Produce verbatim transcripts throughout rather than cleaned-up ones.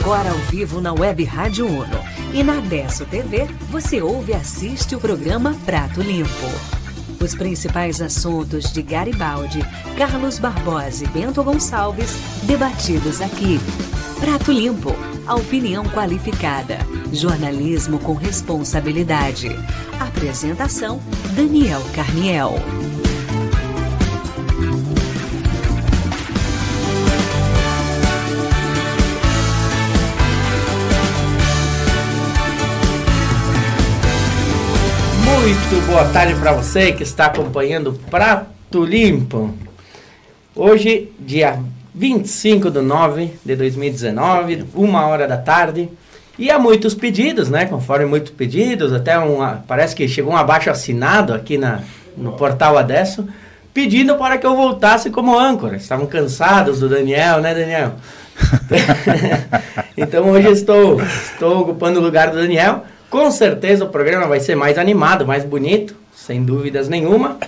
Agora ao vivo na Web Rádio Uno. E na Adesso T V, você ouve e assiste o programa Prato Limpo. Os principais assuntos de Garibaldi, Carlos Barbosa e Bento Gonçalves, debatidos aqui. Prato Limpo, a opinião qualificada. Jornalismo com responsabilidade. Apresentação, Daniel Carniel. Muito boa tarde para você que está acompanhando Prato Limpo. Hoje, dia vinte e cinco de nove de dois mil e dezenove, uma hora da tarde. E há muitos pedidos, né? Conforme muitos pedidos, até um, parece que chegou um abaixo assinado aqui na, no portal Adesso, pedindo para que eu voltasse como âncora. Estavam cansados do Daniel, né, Daniel? Então hoje estou, estou ocupando o lugar do Daniel. Com certeza o programa vai ser mais animado, mais bonito, sem dúvidas nenhuma.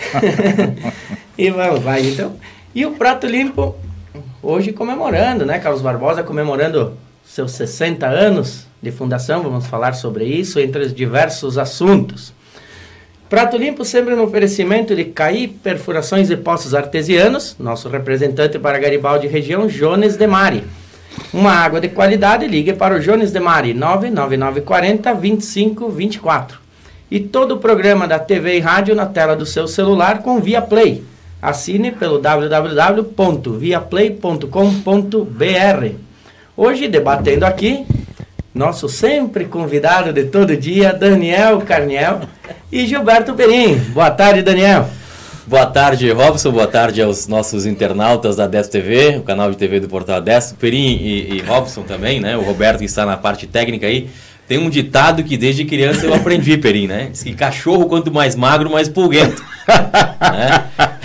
E vamos, vai então. E o Prato Limpo, hoje comemorando, né? Carlos Barbosa comemorando seus sessenta anos de fundação. Vamos falar sobre isso, entre os diversos assuntos. Prato Limpo sempre no oferecimento de C A I Perfurações e Poços Artesianos, nosso representante para Garibaldi região, Jones de Mari. Uma água de qualidade, ligue para o Jones de Mari, nove nove nove quatro zero, dois cinco dois quatro. E todo o programa da T V e rádio na tela do seu celular com Viaplay. Assine pelo w w w ponto viaplay ponto com ponto b r. Hoje, debatendo aqui, nosso sempre convidado de todo dia, Daniel Carniel e Gilberto Perim. Boa tarde, Daniel. Boa tarde, Robson. Boa tarde aos nossos internautas da Adesso T V, o canal de T V do Portal Adesso. Perim e, e Robson também, né? O Roberto que está na parte técnica aí. Tem um ditado que desde criança eu aprendi, Perim, né? Diz que cachorro quanto mais magro, mais pulguento. Né?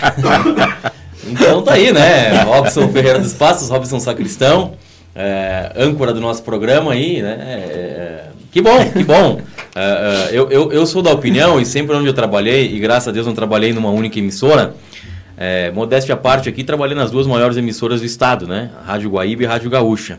Então tá aí, né? Robson Ferreira dos Passos, Robson Sacristão, é, âncora do nosso programa aí, né? É, que bom, que bom. Uh, uh, eu, eu, eu sou da opinião, e sempre onde eu trabalhei, e graças a Deus não trabalhei numa única emissora, é, modéstia à parte aqui, trabalhei nas duas maiores emissoras do estado, né? A Rádio Guaíba e a Rádio Gaúcha.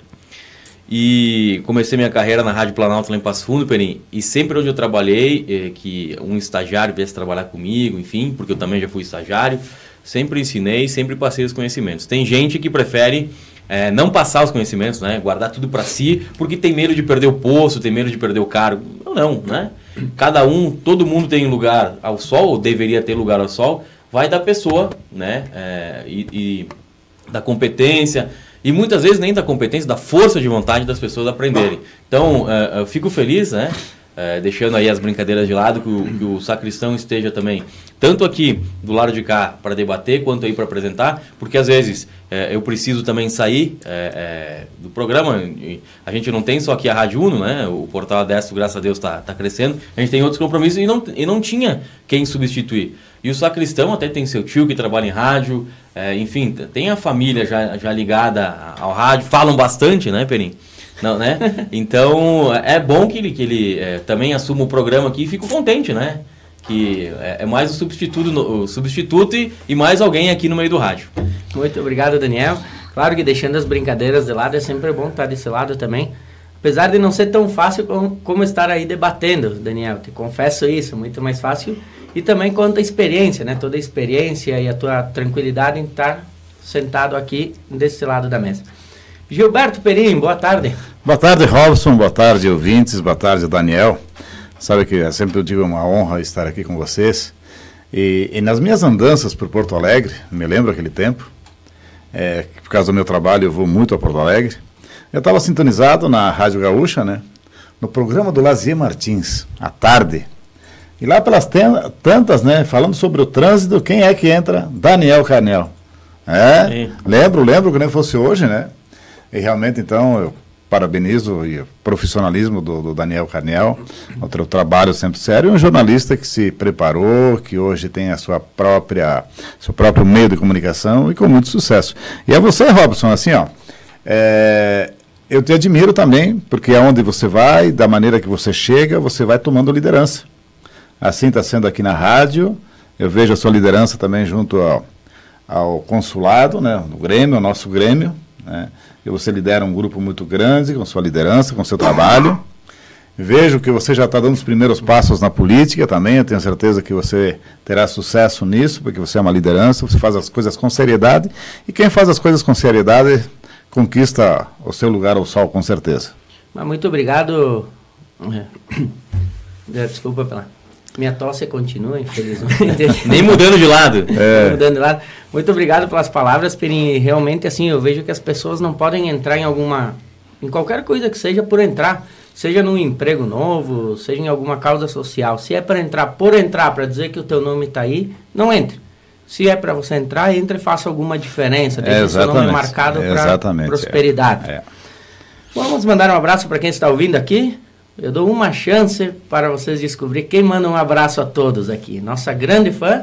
E comecei minha carreira na Rádio Planalto lá em Passo Fundo, Perim, e sempre onde eu trabalhei, é, que um estagiário viesse trabalhar comigo, enfim, porque eu também já fui estagiário, sempre ensinei, sempre passei os conhecimentos. Tem gente que prefere... É, não passar os conhecimentos, né? Guardar tudo para si, porque tem medo de perder o posto, tem medo de perder o cargo. Não, não, né? Cada um, todo mundo tem lugar ao sol, ou deveria ter lugar ao sol, vai da pessoa, né? É, e, e da competência, e muitas vezes nem da competência, da força de vontade das pessoas aprenderem. Então, é, eu fico feliz, né? É, deixando aí as brincadeiras de lado, que o, que o Sacristão esteja também, tanto aqui do lado de cá para debater, quanto aí para apresentar, porque às vezes é, eu preciso também sair é, é, do programa. A gente não tem só aqui a Rádio Uno, né? O Portal Adesso, graças a Deus, está tá crescendo. A gente tem outros compromissos e não, e não tinha quem substituir. E o Sacristão até tem seu tio que trabalha em rádio, é, enfim, tem a família já, já ligada ao rádio, falam bastante, né, Perim? Não, né? Então, é bom que ele, que ele é, também assuma o programa aqui e fico contente, né? Que é, é mais um substituto, no, o substituto e, e mais alguém aqui no meio do rádio. Muito obrigado, Daniel. Claro que deixando as brincadeiras de lado, é sempre bom estar desse lado também. Apesar de não ser tão fácil como, como estar aí debatendo, Daniel. Te confesso isso, muito mais fácil. E também quanto a experiência, né? Toda a experiência e a tua tranquilidade em estar sentado aqui desse lado da mesa. Gilberto Perim, boa tarde. Boa tarde, Robson, boa tarde, ouvintes, boa tarde, Daniel. Sabe que sempre eu digo uma honra estar aqui com vocês. E, e nas minhas andanças por Porto Alegre, me lembro aquele tempo, é, por causa do meu trabalho eu vou muito a Porto Alegre, eu estava sintonizado na Rádio Gaúcha, né, no programa do Lazier Martins, à tarde. E lá pelas ten- tantas, né, falando sobre o trânsito, quem é que entra? Daniel Carniel. É, Sim. lembro, lembro que nem fosse hoje, né? E realmente, então, eu parabenizo o profissionalismo do, do Daniel Carniel, o teu trabalho sempre sério, e um jornalista que se preparou, que hoje tem a sua própria, seu próprio meio de comunicação e com muito sucesso. E a você, Robson, assim, ó, é, eu te admiro também, porque aonde você vai, da maneira que você chega, você vai tomando liderança. Assim está sendo aqui na rádio, eu vejo a sua liderança também junto ao, ao consulado, né, do Grêmio, ao nosso Grêmio, né? que você lidera um grupo muito grande, com sua liderança, com seu trabalho. Vejo que você já está dando os primeiros passos na política também, eu tenho certeza que você terá sucesso nisso, porque você é uma liderança, você faz as coisas com seriedade, e quem faz as coisas com seriedade conquista o seu lugar ao sol, com certeza. Mas muito obrigado. Desculpa pela... Minha tosse continua, infelizmente. Nem mudando de lado. É. Nem mudando de lado. Muito obrigado pelas palavras, Perim. Realmente, assim, eu vejo que as pessoas não podem entrar em alguma... Em qualquer coisa que seja por entrar. Seja num emprego novo, seja em alguma causa social. Se é para entrar por entrar, para dizer que o teu nome está aí, não entre. Se é para você entrar, entre e faça alguma diferença. Deixe o seu nome marcado para prosperidade. É. É. Vamos mandar um abraço para quem está ouvindo aqui. Eu dou uma chance para vocês descobrir quem manda um abraço a todos aqui. Nossa grande fã,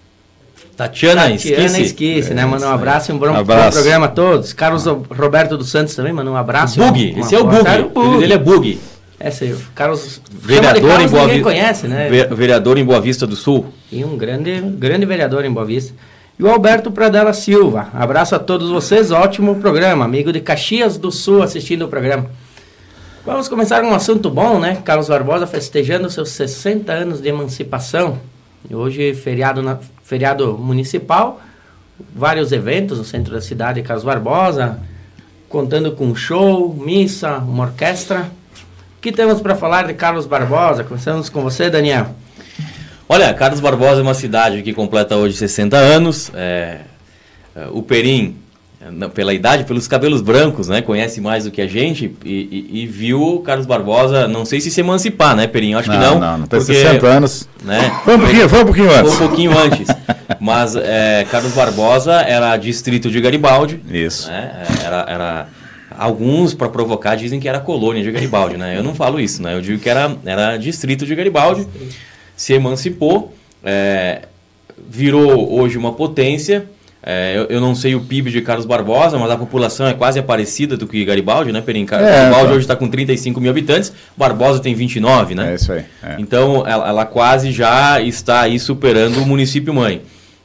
Tatiana, Tatiana Esquisse, Esquisse, né? Manda um abraço e um bom, abraço. bom programa a todos. Carlos Roberto dos Santos também manda um abraço. Bug, um, esse é o Bug. O Bug. Ele é Bug. Esse aí, Carlos, vereador Carlos em Boa ninguém Vista. conhece, né? Vereador em Boa Vista do Sul. E um grande, grande vereador em Boa Vista. E o Alberto Pradella Silva. Abraço a todos vocês, ótimo programa. Amigo de Caxias do Sul assistindo o programa. Vamos começar com um assunto bom, né? Carlos Barbosa festejando seus sessenta anos de emancipação. E hoje, feriado, na, feriado municipal, vários eventos no centro da cidade de Carlos Barbosa, contando com show, missa, uma orquestra. O que temos para falar de Carlos Barbosa? Começamos com você, Daniel. Olha, Carlos Barbosa é uma cidade que completa hoje sessenta anos. É, o Perim, pela idade, pelos cabelos brancos, né, conhece mais do que a gente e, e, e viu Carlos Barbosa, não sei se se emancipar, né, Perim? Acho não, que não. Não, não tem porque, sessenta anos. Né, foi, um pouquinho, foi um pouquinho antes. Foi um pouquinho antes. Mas é, Carlos Barbosa era distrito de Garibaldi. Isso. Né, era... era alguns, para provocar, dizem que era colônia de Garibaldi, né? Eu não falo isso, né? Eu digo que era, era distrito de Garibaldi, se emancipou, é, virou hoje uma potência. É, eu, eu não sei o P I B de Carlos Barbosa, mas a população é quase parecida do que Garibaldi, né? Perim? Garibaldi é, então. hoje está com trinta e cinco mil habitantes, Barbosa tem vinte e nove, né? É isso aí. É. Então, ela, ela quase já está aí superando o município mãe.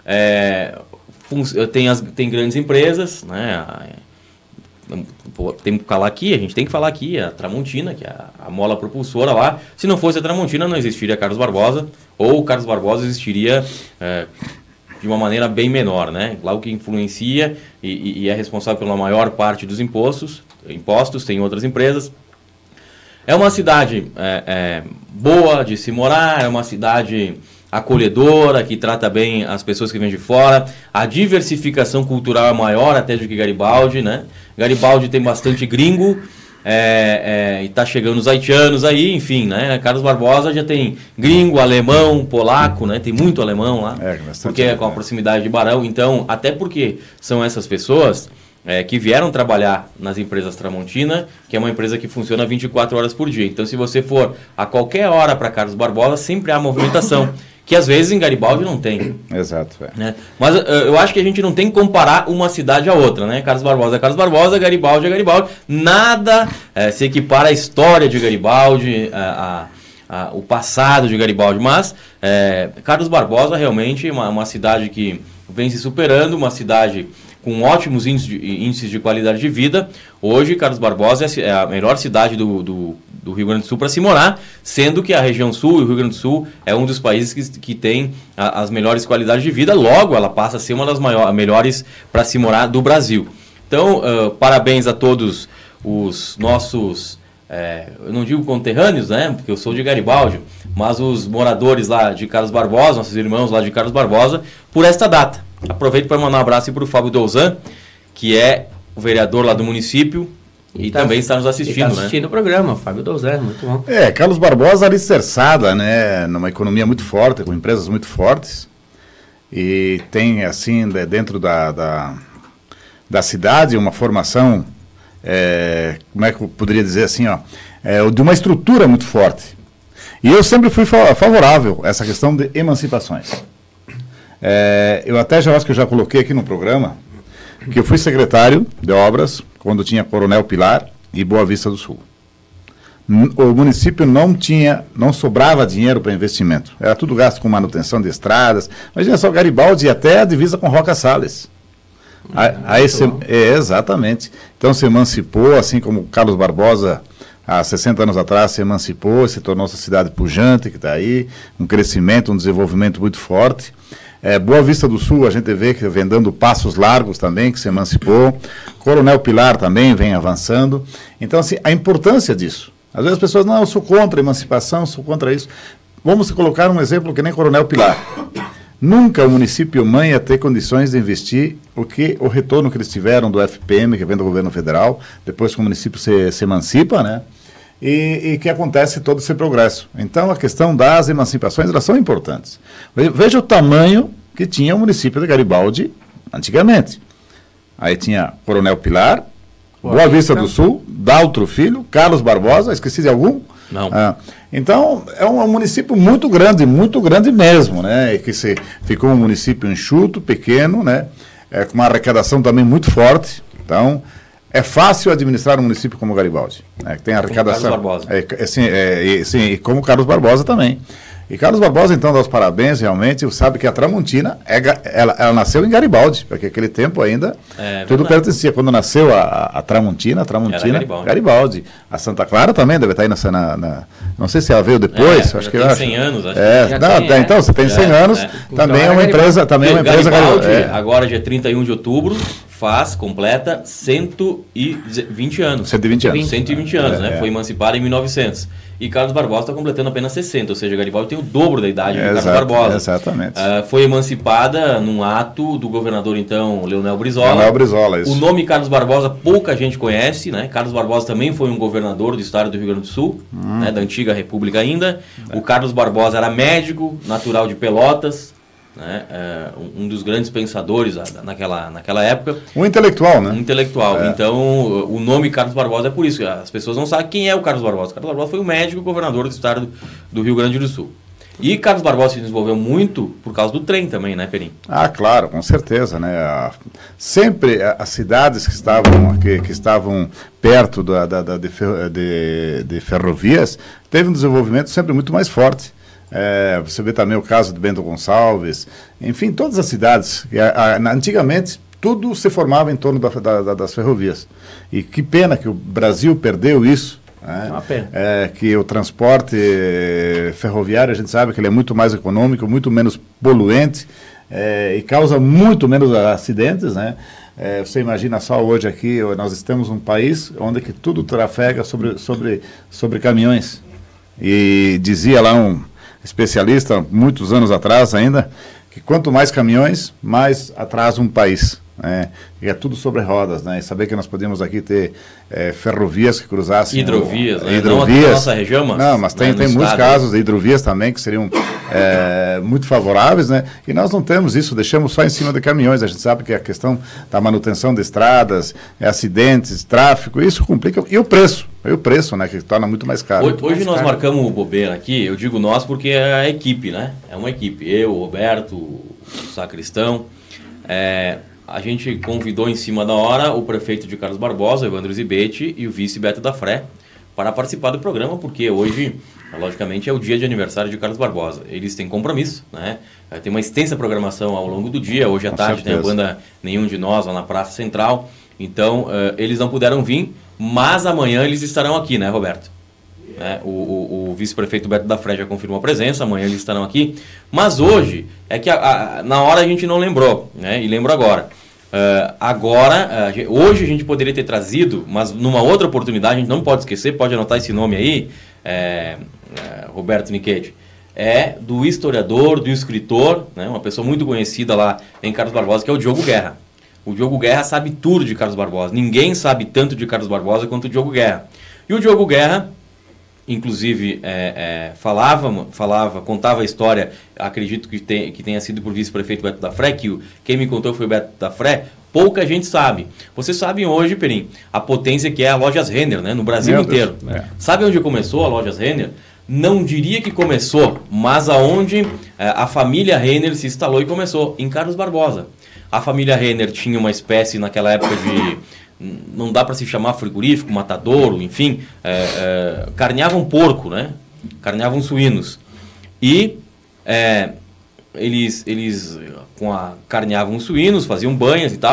É, tem, as, tem grandes empresas, né? Tem que falar aqui, a gente tem que falar aqui, a Tramontina, que é a, a mola propulsora lá. Se não fosse a Tramontina, não existiria Carlos Barbosa, ou o Carlos Barbosa existiria é, de uma maneira bem menor, né? Lá o que influencia e, e é responsável pela maior parte dos impostos, impostos, tem outras empresas. É uma cidade é, é, boa de se morar, é uma cidade acolhedora, que trata bem as pessoas que vêm de fora. A diversificação cultural é maior até do que Garibaldi, né? Garibaldi tem bastante gringo, é, é, e tá chegando os haitianos aí, enfim, né? Carlos Barbosa já tem gringo, alemão, polaco, né? Tem muito alemão lá, é, porque é com a proximidade de Barão. Então, até porque são essas pessoas é, que vieram trabalhar nas empresas Tramontina, que é uma empresa que funciona vinte e quatro horas por dia. Então, se você for a qualquer hora para Carlos Barbosa, sempre há movimentação. Que às vezes em Garibaldi não tem. Exato. É. Né? Mas uh, eu acho que a gente não tem que comparar uma cidade a outra, né? Carlos Barbosa é Carlos Barbosa, Garibaldi é Garibaldi. Nada uh, se equipara à história de Garibaldi, uh, a, a, o passado de Garibaldi. Mas uh, Carlos Barbosa realmente é uma, uma cidade que vem se superando, uma cidade com ótimos índices de, índices de qualidade de vida. Hoje, Carlos Barbosa é a melhor cidade do, do, do Rio Grande do Sul para se morar, sendo que a região sul e o Rio Grande do Sul é um dos países que, que tem a, as melhores qualidades de vida, logo ela passa a ser uma das maiores, melhores para se morar do Brasil. Então, uh, parabéns a todos os nossos, é, eu não digo conterrâneos, né, porque eu sou de Garibaldi, mas os moradores lá de Carlos Barbosa, nossos irmãos lá de Carlos Barbosa, por esta data. Aproveito para mandar um abraço para o Fábio Douzan, que é o vereador lá do município e, e tá, também está nos assistindo, está assistindo, né? o programa, Fábio Douzan, muito bom. É, Carlos Barbosa alicerçada, né, numa economia muito forte, com empresas muito fortes, e tem, assim, dentro da, da, da cidade, uma formação, é, como é que eu poderia dizer assim, ó, é, de uma estrutura muito forte. E eu sempre fui favorável a essa questão de emancipações. É, eu até já acho que eu já coloquei aqui no programa que eu fui secretário de obras quando tinha Coronel Pilar e Boa Vista do Sul. O município não tinha, não sobrava dinheiro para investimento. Era tudo gasto com manutenção de estradas. Imagina só Garibaldi e até a divisa com Roca Salles. Aí, aí se, é, exatamente. Então se emancipou, assim como Carlos Barbosa, há sessenta anos atrás, se emancipou, se tornou essa cidade pujante que está aí, um crescimento, um desenvolvimento muito forte. É, Boa Vista do Sul, a gente vê que vem dando passos largos também, que se emancipou. Coronel Pilar também vem avançando. Então, assim, a importância disso. Às vezes as pessoas, não, eu sou contra a emancipação, sou contra isso. Vamos colocar um exemplo que nem Coronel Pilar. Nunca o município mãe ia ter condições de investir o que o retorno que eles tiveram do F P M, que vem do governo federal, depois que o município se, se emancipa, né? E, e que acontece todo esse progresso. Então, a questão das emancipações, elas são importantes. Veja o tamanho que tinha o município de Garibaldi antigamente. Aí tinha Coronel Pilar, Boa, Boa Vista do Sul, Daltro Filho, Carlos Barbosa, esqueci de algum? Não. Ah, então, é um, um município muito grande, muito grande mesmo, né? E que se, ficou um município enxuto, pequeno, né? É, com uma arrecadação também muito forte. Então, é fácil administrar um município como Garibaldi, né? Que tem arrecadação. Como Carlos Barbosa. É, é, sim, é, e, sim, e como Carlos Barbosa também. E Carlos Barbosa, então, dá os parabéns, realmente, sabe que a Tramontina, é, ela, ela nasceu em Garibaldi, porque naquele tempo ainda, é, tudo pertencia. Quando nasceu a, a, a Tramontina, a Tramontina, Garibaldi. Garibaldi. A Santa Clara também deve estar aí nessa, na, na, não sei se ela veio depois. É, acho já que tem acho. cem anos, acho. É, que não, tem, então, você tem cem é, anos, é. também então, é uma empresa, também é uma empresa Garibaldi, é. agora dia trinta e um de outubro, faz, completa cento e vinte anos. cento e vinte anos. cento e vinte anos, é, né? é. Foi emancipada em mil e novecentos. E Carlos Barbosa está completando apenas sessenta, ou seja, Garibaldi tem o dobro da idade É, do exato, Carlos Barbosa. Exatamente. Uh, foi emancipada num ato do governador, então, Leonel Brizola. Leonel Brizola, isso. O nome Carlos Barbosa pouca gente conhece, né? Carlos Barbosa também foi um governador do estado do Rio Grande do Sul, hum. né? Da antiga República ainda. É. O Carlos Barbosa era médico, natural de Pelotas, né? Uh, um dos grandes pensadores naquela, naquela época. Um intelectual, né? Um intelectual. É. Então, o nome Carlos Barbosa é por isso. As pessoas não sabem quem é o Carlos Barbosa. Carlos Barbosa foi um médico governador do estado do Rio Grande do Sul. E Carlos Barbosa se desenvolveu muito por causa do trem também, né, Perim? Ah, claro, com certeza, né? Sempre as cidades que estavam, que, que estavam perto da, da, da, de, de, de ferrovias teve um desenvolvimento sempre muito mais forte. É, você vê também o caso de Bento Gonçalves, enfim, todas as cidades. A, a, antigamente, tudo se formava em torno da, da, das ferrovias. E que pena que o Brasil perdeu isso. É, uma pena. É, que o transporte ferroviário, a gente sabe que ele é muito mais econômico, muito menos poluente é, e causa muito menos acidentes, né? É, você imagina só hoje aqui, nós estamos num país onde que tudo trafega sobre, sobre, sobre caminhões. E dizia lá um especialista, muitos anos atrás ainda, que quanto mais caminhões, mais atrasa um país. Né? E é tudo sobre rodas, né? E saber que nós podemos aqui ter é, ferrovias que cruzassem... Hidrovias, o, né? hidrovias. Não aqui na nossa região, mas... Não, mas tem, né, tem muitos estado. casos de hidrovias também que seriam é, muito favoráveis, né? E nós não temos isso, deixamos só em cima de caminhões. A gente sabe que a questão da manutenção de estradas, é, acidentes, tráfego, isso complica. E o preço, e o preço, né? Que torna muito mais caro. Hoje, hoje mais nós caro. marcamos o bobeira aqui, eu digo nós porque é a equipe, né? É uma equipe. Eu, o Roberto, o Sacristão. É, a gente convidou em cima da hora o prefeito de Carlos Barbosa, Evandro Zibete, e o vice Beto da Fré para participar do programa, porque hoje, logicamente, é o dia de aniversário de Carlos Barbosa. Eles têm compromisso, né? Tem uma extensa programação ao longo do dia. Hoje à Com tarde certeza. tem a banda Nenhum de Nós lá na Praça Central. Então, uh, eles não puderam vir, mas amanhã eles estarão aqui, né, Roberto? Né? O, o, o vice-prefeito Beto da Fré já confirmou a presença, amanhã eles estarão aqui. Mas hoje, é que a, a, na hora a gente não lembrou, né? E lembro agora. Uh, agora, uh, hoje a gente poderia ter trazido, mas numa outra oportunidade, a gente não pode esquecer, pode anotar esse nome aí, é, é, Roberto Nichetti, é do historiador, do escritor, né, uma pessoa muito conhecida lá em Carlos Barbosa, que é o Diogo Guerra. O Diogo Guerra sabe tudo de Carlos Barbosa, ninguém sabe tanto de Carlos Barbosa quanto o Diogo Guerra. E o Diogo Guerra, inclusive, é, é, falava, falava, contava a história, acredito que, tem, que tenha sido por vice-prefeito Beto da Fré, que o, quem me contou foi o Beto da Fré, pouca gente sabe. Vocês sabem hoje, Perim, a potência que é a Lojas Renner, né, no Brasil Meu inteiro. É. Sabe onde começou a Lojas Renner? Não diria que começou, mas aonde é, a família Renner se instalou e começou, em Carlos Barbosa. A família Renner tinha uma espécie, naquela época de... não dá para se chamar frigorífico, matadouro, enfim, é, é, carneavam porco, né? Carneavam suínos. E é, eles, eles com a, carneavam suínos, faziam banhas e tal,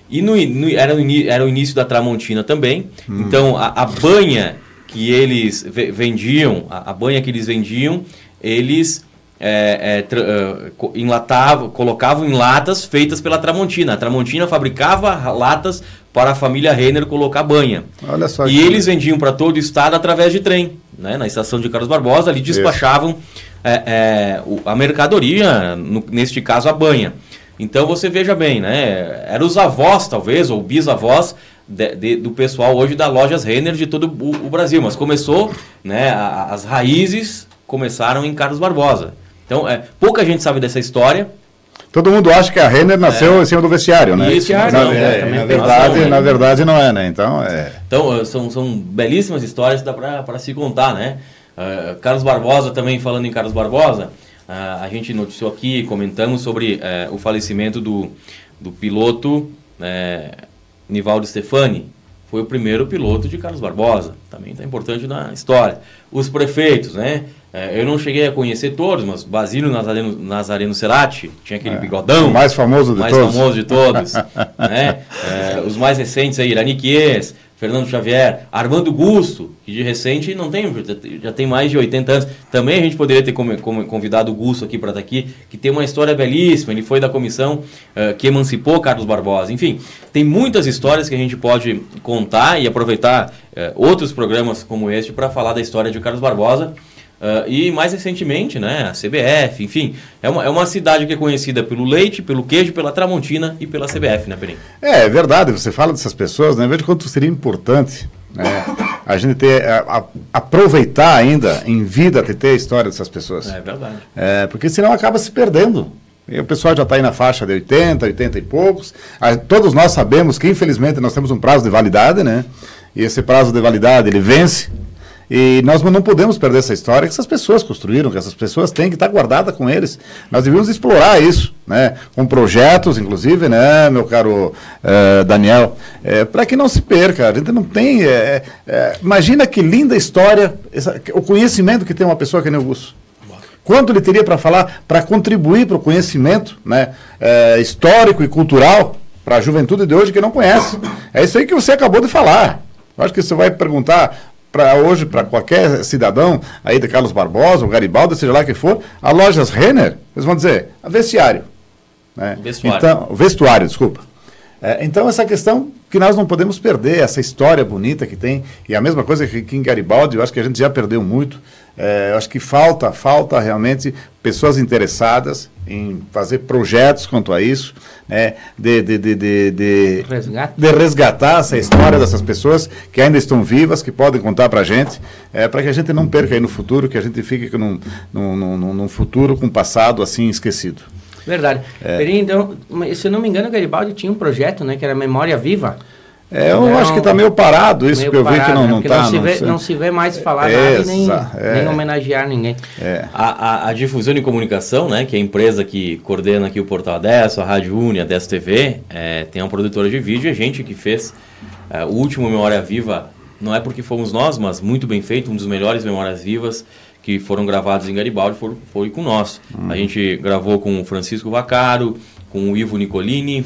E no, no, era, o in, era o início da Tramontina também. Hum. Então, a, a banha que eles vendiam, a, a banha que eles vendiam, eles é, é, tra, uh, enlatavam, colocavam em latas feitas pela Tramontina. A Tramontina fabricava latas para a família Renner colocar banha. Olha só. E eles vendiam para todo o estado através de trem, né? Na estação de Carlos Barbosa, ali despachavam é, é, a mercadoria, no, neste caso a banha. Então você veja bem, né? Eram os avós, talvez, ou bisavós de, de, do pessoal hoje da Lojas Renner de todo o, o Brasil. Mas começou, né? A, as raízes começaram em Carlos Barbosa. Então, é, pouca gente sabe dessa história. Todo mundo acha que a Renner nasceu é. em cima do vestiário, né? Isso, na, não, é, é, na, verdade, não, na verdade não é, né? Então, é... então são, são belíssimas histórias que dá para se contar, né? Uh, Carlos Barbosa, também falando em Carlos Barbosa, uh, a gente noticiou aqui, comentamos sobre uh, o falecimento do, do piloto uh, Nivaldo Stefani. Foi o primeiro piloto de Carlos Barbosa, também está importante na história. Os prefeitos, né? Eu não cheguei a conhecer todos, mas Basílio Nazareno, Nazareno Cerati, tinha aquele é, bigodão. O mais famoso de mais todos. famoso de todos. né? é, os mais recentes aí, Irani Chies, Fernando Xavier, Armando Gusto, que de recente não tem, já tem mais de oitenta anos. Também a gente poderia ter convidado o Gusto aqui para estar aqui, que tem uma história belíssima. Ele foi da comissão uh, que emancipou Carlos Barbosa. Enfim, tem muitas histórias que a gente pode contar e aproveitar uh, outros programas como este para falar da história de Carlos Barbosa. Uh, e mais recentemente, né, a C B F, enfim, é uma, é uma cidade que é conhecida pelo leite, pelo queijo, pela Tramontina e pela C B F, né, Perim? É, é verdade, você fala dessas pessoas, né, veja quanto seria importante, né, a gente ter, a, a, aproveitar ainda em vida de ter a história dessas pessoas. É verdade. É, porque senão acaba se perdendo. E o pessoal já está aí na faixa de oitenta, oitenta e poucos, a, todos nós sabemos que infelizmente nós temos um prazo de validade, né, e esse prazo de validade ele vence. E nós não podemos perder essa história que essas pessoas construíram, que essas pessoas têm que estar guardadas com eles. Nós devíamos explorar isso, né? Com projetos, inclusive, né, meu caro uh, Daniel, é, para que não se perca. A gente não tem... É, é, imagina que linda história, essa, o conhecimento que tem uma pessoa que nem o Augusto. Quanto ele teria para falar, para contribuir para o conhecimento, né, é, histórico e cultural para a juventude de hoje que não conhece. É isso aí que você acabou de falar. Eu acho que você vai perguntar... Para hoje, para qualquer cidadão aí de Carlos Barbosa, ou Garibaldi, seja lá que for, a Lojas Renner, eles vão dizer, a vestiário. Né? Vestuário. Então, vestuário, desculpa. É, então, essa questão que nós não podemos perder, essa história bonita que tem, e a mesma coisa que aqui em Garibaldi, eu acho que a gente já perdeu muito. É, eu acho que falta, falta realmente pessoas interessadas em fazer projetos quanto a isso, né, de, de, de, de, de, Resgate. de resgatar essa história dessas pessoas que ainda estão vivas, que podem contar para a gente, é, para que a gente não perca aí no futuro, que a gente fique num, num, num, num futuro com o passado assim esquecido. Verdade. É. Peri, então, se eu não me engano, o Garibaldi tinha um projeto, né, que era Memória Viva. É, eu não, acho que está meio parado isso, meio porque eu parado, vi que não, não está. Não, se vê, não se vê mais falar é, nada e nem, é. nem homenagear ninguém. É. A, a, a Difusão e Comunicação, né, que é a empresa que coordena aqui o Portal Adesso, a Rádio Uni, a Adesso T V, é, tem uma produtora de vídeo, a gente que fez é, o último Memória Viva, não é porque fomos nós, mas muito bem feito, um dos melhores Memórias Vivas que foram gravados em Garibaldi foi, foi com nós. Hum. A gente gravou com o Francisco Vaccaro, com o Ivo Nicolini,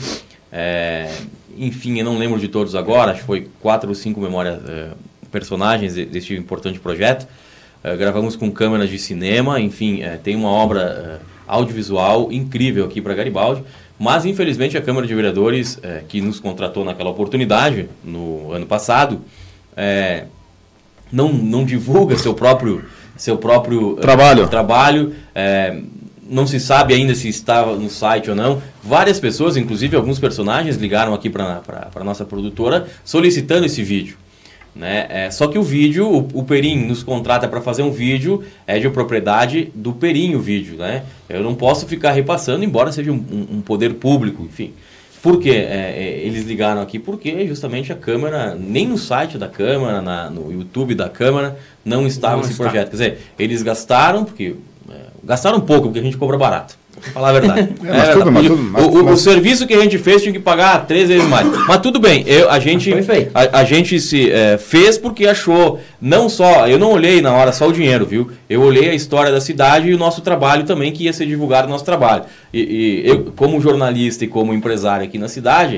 é, enfim, eu não lembro de todos agora, acho que foi quatro ou cinco memórias, uh, personagens deste importante projeto. Uh, gravamos com câmeras de cinema, enfim, uh, tem uma obra uh, audiovisual incrível aqui para Garibaldi, mas infelizmente a Câmara de Vereadores, uh, que nos contratou naquela oportunidade, no ano passado, uh, não, não divulga seu próprio, seu próprio uh, trabalho. trabalho uh, Não se sabe ainda se estava no site ou não. Várias pessoas, inclusive alguns personagens, ligaram aqui para a nossa produtora solicitando esse vídeo. Né? É, só que o vídeo, o, o Perim nos contrata para fazer um vídeo, é de propriedade do Perim o vídeo. Né? Eu não posso ficar repassando, embora seja um, um, um poder público, enfim. Por que é, eles ligaram aqui? Porque justamente a Câmara, nem no site da Câmara, na, no YouTube da Câmara, não estava não esse está. projeto. Quer dizer, eles gastaram, porque... gastaram um pouco, porque a gente cobra barato. Vou falar a verdade. É, mas é, tudo, mas tudo, mas, o, o, mas... o serviço que a gente fez tinha que pagar três vezes mais. Mas tudo bem, eu, a, gente, a, a gente se é, fez porque achou, não só, eu não olhei na hora só o dinheiro, viu? Eu olhei a história da cidade e o nosso trabalho também, que ia ser divulgado o nosso trabalho. E, e eu, como jornalista e como empresário aqui na cidade,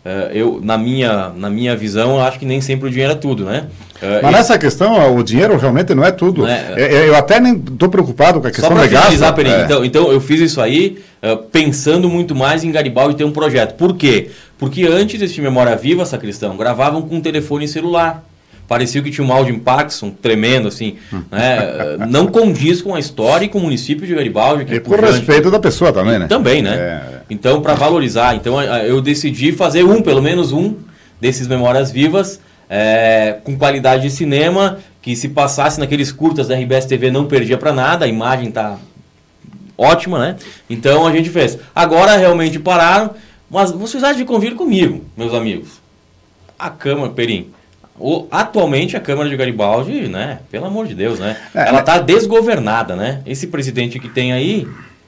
uh, eu, na, minha, na minha visão, eu acho que nem sempre o dinheiro é tudo, né? Uh, Mas e... nessa questão, o dinheiro realmente não é tudo. Não é, eu, eu até nem estou preocupado com a questão de gasto. É. Então, então, eu fiz isso aí uh, pensando muito mais em Garibaldi ter um projeto. Por quê? Porque antes desse Memória Viva, Sacristão, gravavam com um telefone celular. Parecia que tinha um áudio Paxson tremendo, assim. Né? Não condiz com a história e com o município de Garibaldi. Que e por respeito da pessoa também, né? Também, né? É. Então, para valorizar. Então, eu decidi fazer um, pelo menos um, desses Memórias Vivas, é, com qualidade de cinema, que se passasse naqueles curtas da R B S T V não perdia para nada, a imagem tá ótima, né? Então, a gente fez. Agora, realmente pararam, mas vocês acham de convir comigo, meus amigos. A Câmara, Perim... O, atualmente a Câmara de Garibaldi, né, pelo amor de Deus, né, é, ela está desgovernada, né, esse presidente que tem aí...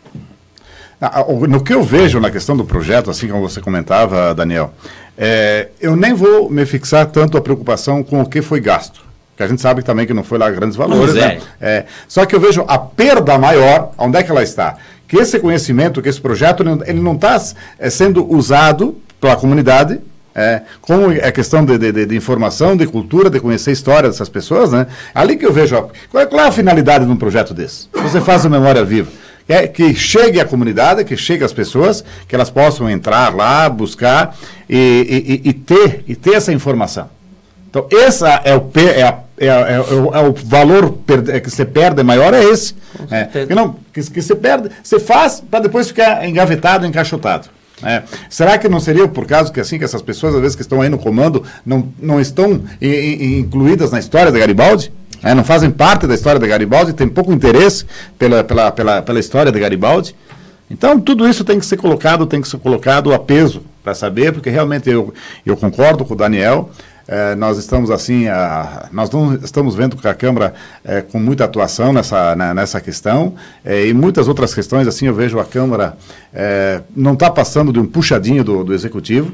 No que eu vejo na questão do projeto, assim como você comentava, Daniel, é, eu nem vou me fixar tanto a preocupação com o que foi gasto, que a gente sabe também que não foi lá grandes valores, não, é. né? É, só que eu vejo a perda maior, onde é que ela está? Que esse conhecimento, que esse projeto, ele não está é, sendo usado pela comunidade. É, como a questão de, de, de informação, de cultura, de conhecer a história dessas pessoas, né? Ali que eu vejo, ó, qual, é, qual é a finalidade de um projeto desse? Você faz a Memória Viva, é que chegue à comunidade, que chegue às pessoas, que elas possam entrar lá, buscar e, e, e, ter, e ter essa informação. Então, esse é o, é a, é, é, o, é o valor per, que você perde maior, é esse. É, que, não, que, que você perde, você faz para depois ficar engavetado, encaixotado. É. Será que não seria por causa que assim que essas pessoas, às vezes que estão aí no comando, não, não estão i, i, incluídas na história da Garibaldi? É, não fazem parte da história da Garibaldi, tem pouco interesse pela, pela, pela, pela história da Garibaldi? Então, tudo isso tem que ser colocado, tem que ser colocado a peso para saber, porque realmente eu, eu concordo com o Daniel. É, nós estamos assim, a, nós não estamos vendo que a Câmara é, com muita atuação nessa, na, nessa questão é, e muitas outras questões, assim eu vejo a Câmara é, não está passando de um puxadinho do, do Executivo,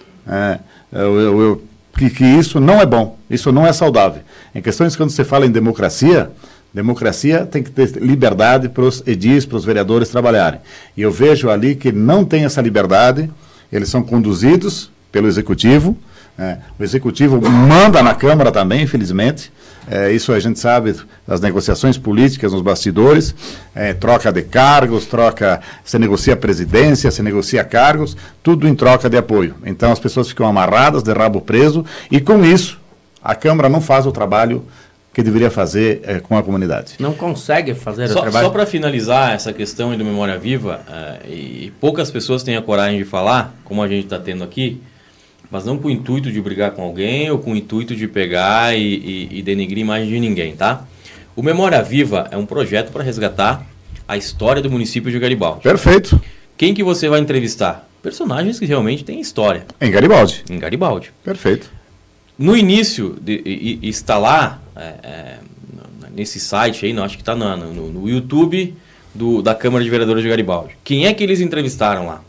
é, eu, eu, eu, que, que isso não é bom, isso não é saudável. Em questões quando você fala em democracia, democracia tem que ter liberdade para os edis, para os vereadores trabalharem. E eu vejo ali que não tem essa liberdade, eles são conduzidos pelo Executivo. É, o Executivo manda na Câmara também, infelizmente. É, isso a gente sabe das negociações políticas nos bastidores, é, troca de cargos, troca, se negocia presidência, se negocia cargos, tudo em troca de apoio. Então as pessoas ficam amarradas, de rabo preso, e com isso a Câmara não faz o trabalho que deveria fazer é, com a comunidade. Não consegue fazer só, o trabalho. Só para finalizar essa questão do Memória Viva, uh, e poucas pessoas têm a coragem de falar, como a gente está tendo aqui, mas não com o intuito de brigar com alguém ou com o intuito de pegar e, e, e denegrir a imagem de ninguém, tá? O Memória Viva é um projeto para resgatar a história do município de Garibaldi. Perfeito. Quem que você vai entrevistar? Personagens que realmente têm história. Em Garibaldi. Em Garibaldi. Perfeito. No início, de, e, e está lá, é, é, nesse site aí, não, acho que está no, no, no YouTube do, da Câmara de Vereadores de Garibaldi. Quem é que eles entrevistaram lá?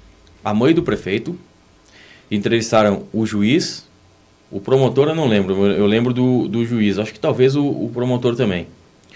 A mãe do prefeito. Entrevistaram o juiz, o promotor eu não lembro, eu lembro do, do juiz, acho que talvez o, o promotor também.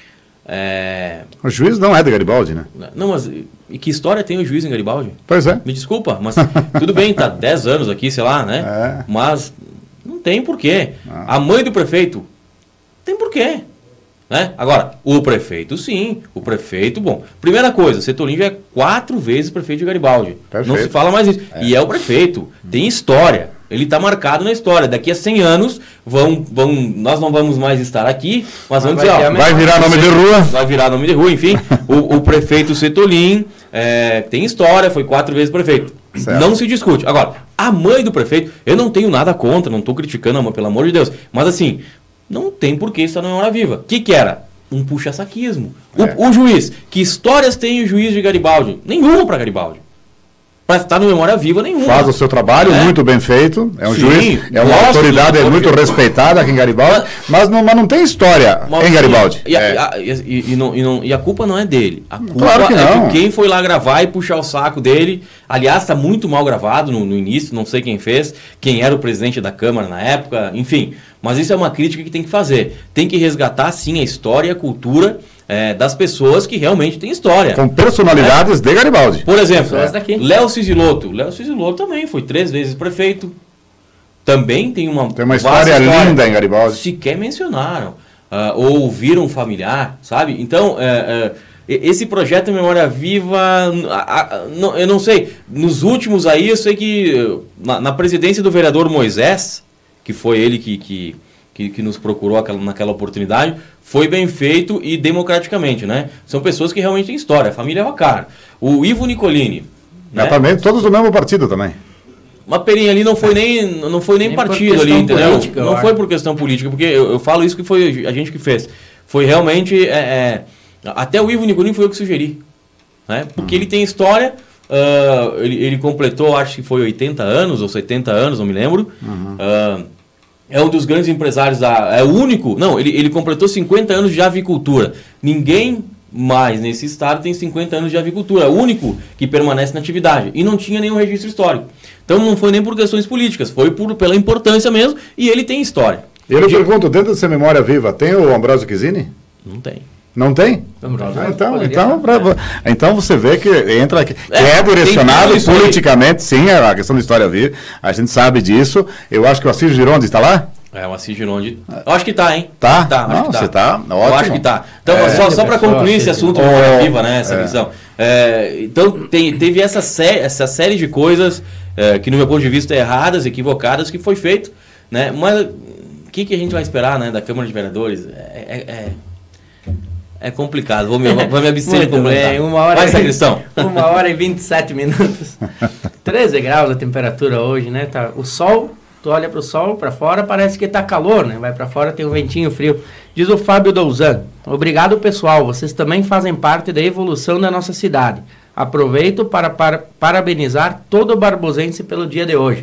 É... O juiz não é de Garibaldi, né? Não, mas e que história tem o juiz em Garibaldi? Pois é. Me desculpa, mas tudo bem, tá dez anos aqui, sei lá, né? É. Mas não tem porquê. Não. A mãe do prefeito, tem porquê. Né? Agora, o prefeito sim, o prefeito, bom, primeira coisa, Setolim já é quatro vezes prefeito de Garibaldi. Perfeito. Não se fala mais isso. É. E é o prefeito, tem história, ele está marcado na história. Daqui a cem anos, vão, vão, nós não vamos mais estar aqui, mas vamos dizer, ó, vai virar nome de rua. Vai virar nome de rua, enfim. o, o prefeito Setolim é, tem história, foi quatro vezes prefeito. Certo. Não se discute. Agora, a mãe do prefeito, eu não tenho nada contra, não estou criticando a mãe, pelo amor de Deus, mas assim, não tem por que estar na Memória Viva. O que que era? Um puxa-saquismo. É. O, o juiz. Que histórias tem o juiz de Garibaldi? Nenhuma para Garibaldi. Para estar na Memória Viva, nenhuma. Faz o seu trabalho, é. muito bem feito. É um Sim, juiz, é uma autoridade é muito respeitada aqui em Garibaldi, mas não, mas não tem história mas, em Garibaldi. E, é. a, e, e, não, e, não, e a culpa não é dele. A culpa claro que é não. de quem foi lá gravar e puxar o saco dele. Aliás, está muito mal gravado no, no início, não sei quem fez, quem era o presidente da Câmara na época, enfim. Mas isso é uma crítica que tem que fazer. Tem que resgatar, sim, a história e a cultura é, das pessoas que realmente têm história. Com personalidades é. de Garibaldi. Por exemplo, é. Léo Cisilotto. Léo Cisilotto também foi três vezes prefeito. Também tem uma, tem uma história, história linda em Garibaldi. Sequer mencionaram. Uh, ou ouviram um familiar, sabe? Então, uh, uh, esse projeto Memória Viva, a, a, não, eu não sei, nos últimos aí, eu sei que na, na presidência do vereador Moisés, que foi ele que, que, que, que nos procurou aquela, naquela oportunidade, foi bem feito e democraticamente, né? São pessoas que realmente têm história, a família Vacar. O Ivo Nicolini. Né? Também, todos do mesmo partido também. Uma perinha ali não foi nem, não foi nem, nem partido ali, entendeu? Política, não foi por questão política, porque eu, eu falo isso que foi a gente que fez. Foi realmente, é, é, até o Ivo Nicolini foi eu que sugeri, né? Porque uhum. ele tem história, uh, ele, ele completou, acho que foi oitenta anos ou setenta anos, não me lembro. Uhum. Uh, é um dos grandes empresários, da, é o único, não, ele, ele completou cinquenta anos de avicultura. Ninguém mais nesse estado tem cinquenta anos de avicultura, é o único que permanece na atividade. E não tinha nenhum registro histórico. Então não foi nem por questões políticas, foi por, pela importância mesmo, e ele tem história. E eu de... pergunto, dentro dessa memória viva, tem o Ambrósio Chiesini? Não tem. Não tem? Ah, então, então, pra, é. então você vê que entra aqui, que é, é direcionado politicamente, sim, a questão da história viva, a gente sabe disso. Eu acho que o Assis Gironde está lá? É, o Assis Gironde. Eu acho que tá, hein? Tá? Tá, não, acho que tá. Você tá? Ótimo. Eu acho que tá. Então, é, só, só para concluir esse assunto de memória viva, né? Essa é. visão. É, então, tem, teve essa, sé essa série de coisas é, que, no meu ponto de vista, erradas, equivocadas, que foi feito, né? Mas o que, que a gente vai esperar, né, da Câmara de Vereadores? É, é, é, é complicado. Vou me, vou me abster com uma hora. Vai, Sacristão. Uma hora e vinte e sete minutos. treze graus a temperatura hoje, né? Tá, o sol... Tu olha para o sol, para fora, parece que está calor, né? Vai para fora, tem um ventinho frio. Diz o Fábio Douzan. Obrigado, pessoal. Vocês também fazem parte da evolução da nossa cidade. Aproveito para, para parabenizar todo o barbosense pelo dia de hoje.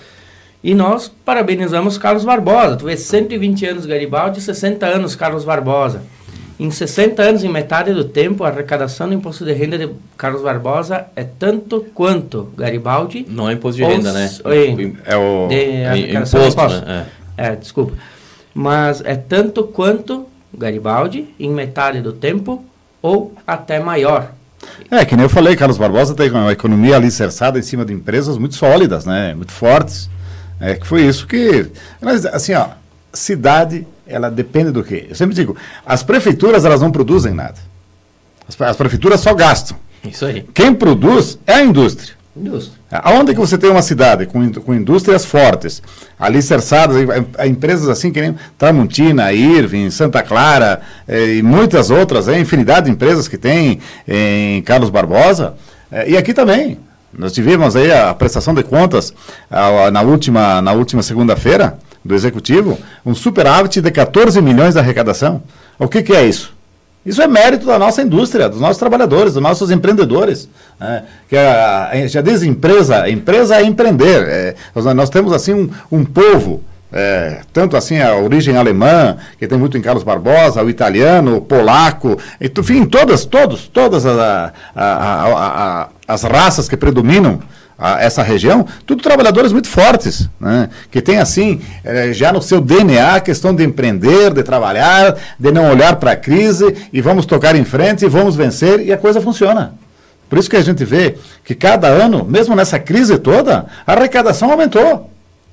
E nós parabenizamos Carlos Barbosa. Tu vê cento e vinte anos Garibaldi, sessenta anos Carlos Barbosa. Em sessenta anos, em metade do tempo, a arrecadação do imposto de renda de Carlos Barbosa é tanto quanto Garibaldi. Não é imposto de renda, né? É o de imposto, né? É. é, desculpa. Mas é tanto quanto Garibaldi, em metade do tempo, ou até maior. É, que nem eu falei, Carlos Barbosa tem uma economia alicerçada em cima de empresas muito sólidas, né? Muito fortes. É que foi isso que... Mas, assim, ó, cidade... Ela depende do quê? Eu sempre digo, as prefeituras, elas não produzem nada. As, as prefeituras só gastam. Isso aí. Quem produz é a indústria. Indústria. Aonde que você tem uma cidade com, com indústrias fortes, alicerçadas, a, a empresas assim que nem Tramontina, Irving, Santa Clara eh, e muitas outras, é, infinidade de empresas que tem em Carlos Barbosa, eh, e aqui também. Nós tivemos aí a prestação de contas a, a, na última, na última segunda-feira, do Executivo, um superávit de quatorze milhões de arrecadação. O que, que é isso? Isso é mérito da nossa indústria, dos nossos trabalhadores, dos nossos empreendedores. Né? Que a, a, já diz empresa, empresa é empreender. É, nós, nós temos assim um, um povo, é, tanto assim a origem alemã, que tem muito em Carlos Barbosa, o italiano, o polaco, enfim, todas, todos, todas a, a, a, a, a, as raças que predominam A, essa região, tudo trabalhadores muito fortes, né? Que tem assim, eh, já no seu D N A a questão de empreender, de trabalhar, de não olhar para a crise e vamos tocar em frente e vamos vencer e a coisa funciona. Por isso que a gente vê que cada ano, mesmo nessa crise toda, a arrecadação aumentou.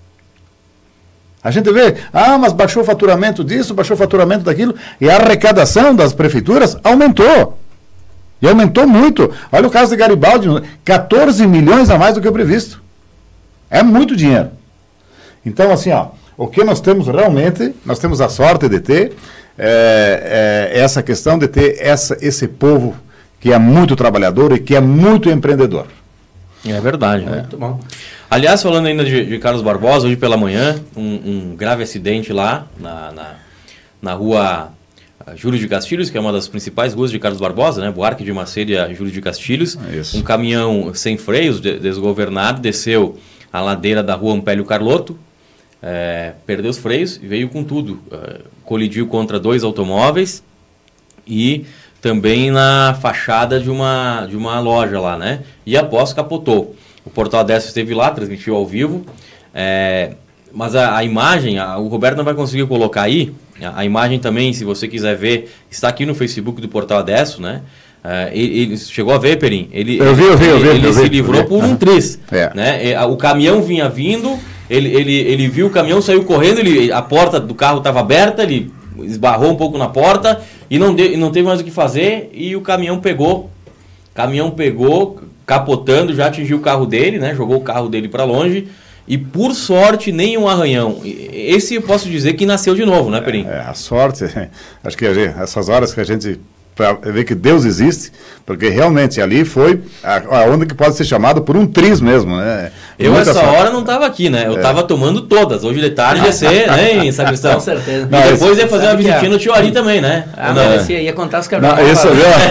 A gente vê, ah, mas baixou o faturamento disso, baixou o faturamento daquilo, e a arrecadação das prefeituras aumentou. E aumentou muito. Olha o caso de Garibaldi, quatorze milhões a mais do que o previsto. É muito dinheiro. Então, assim, ó, o que nós temos realmente, nós temos a sorte de ter é, é, essa questão de ter essa, esse povo que é muito trabalhador e que é muito empreendedor. É verdade. É. Muito bom. Aliás, falando ainda de, de Carlos Barbosa, hoje pela manhã, um, um grave acidente lá na, na, na rua... Júlio de Castilhos, que é uma das principais ruas de Carlos Barbosa, né? Buarque de Macedo e Júlio de Castilhos. Isso. Um caminhão sem freios, desgovernado, desceu a ladeira da rua Ampélio Carlotto, é, perdeu os freios e veio com tudo. É, colidiu contra dois automóveis e também na fachada de uma, de uma loja lá, né? E após capotou. O Portal Adeste esteve lá, transmitiu ao vivo. É, mas a, a imagem, a, o Roberto não vai conseguir colocar aí, a, a imagem também, se você quiser ver, está aqui no Facebook do Portal Adesso, né? Uh, ele, ele chegou a ver, Perim? Ele, eu vi, eu vi, eu vi. Ele, ele eu se vi, livrou vi. por um tris, é. né? O caminhão vinha vindo, ele, ele, ele viu o caminhão, saiu correndo, ele, a porta do carro estava aberta, ele esbarrou um pouco na porta e não, deu, não teve mais o que fazer e o caminhão pegou, caminhão pegou, capotando, já atingiu o carro dele, né? Jogou o carro dele para longe. E por sorte, nenhum arranhão. Esse eu posso dizer que nasceu de novo, né, Perim? É, a sorte, acho que essas horas que a gente para ver que Deus existe, porque realmente ali foi a, a onda que pode ser chamada por um tris mesmo, né? Eu essa sorte. hora não estava aqui, né? Eu estava é. tomando todas. Hoje de tarde ia ser, né, em sacristão. Com certeza. E não, depois esse, ia fazer uma visitinha no tio Ari também, né? Ah, não, esse ia contar os carnavais. Esse,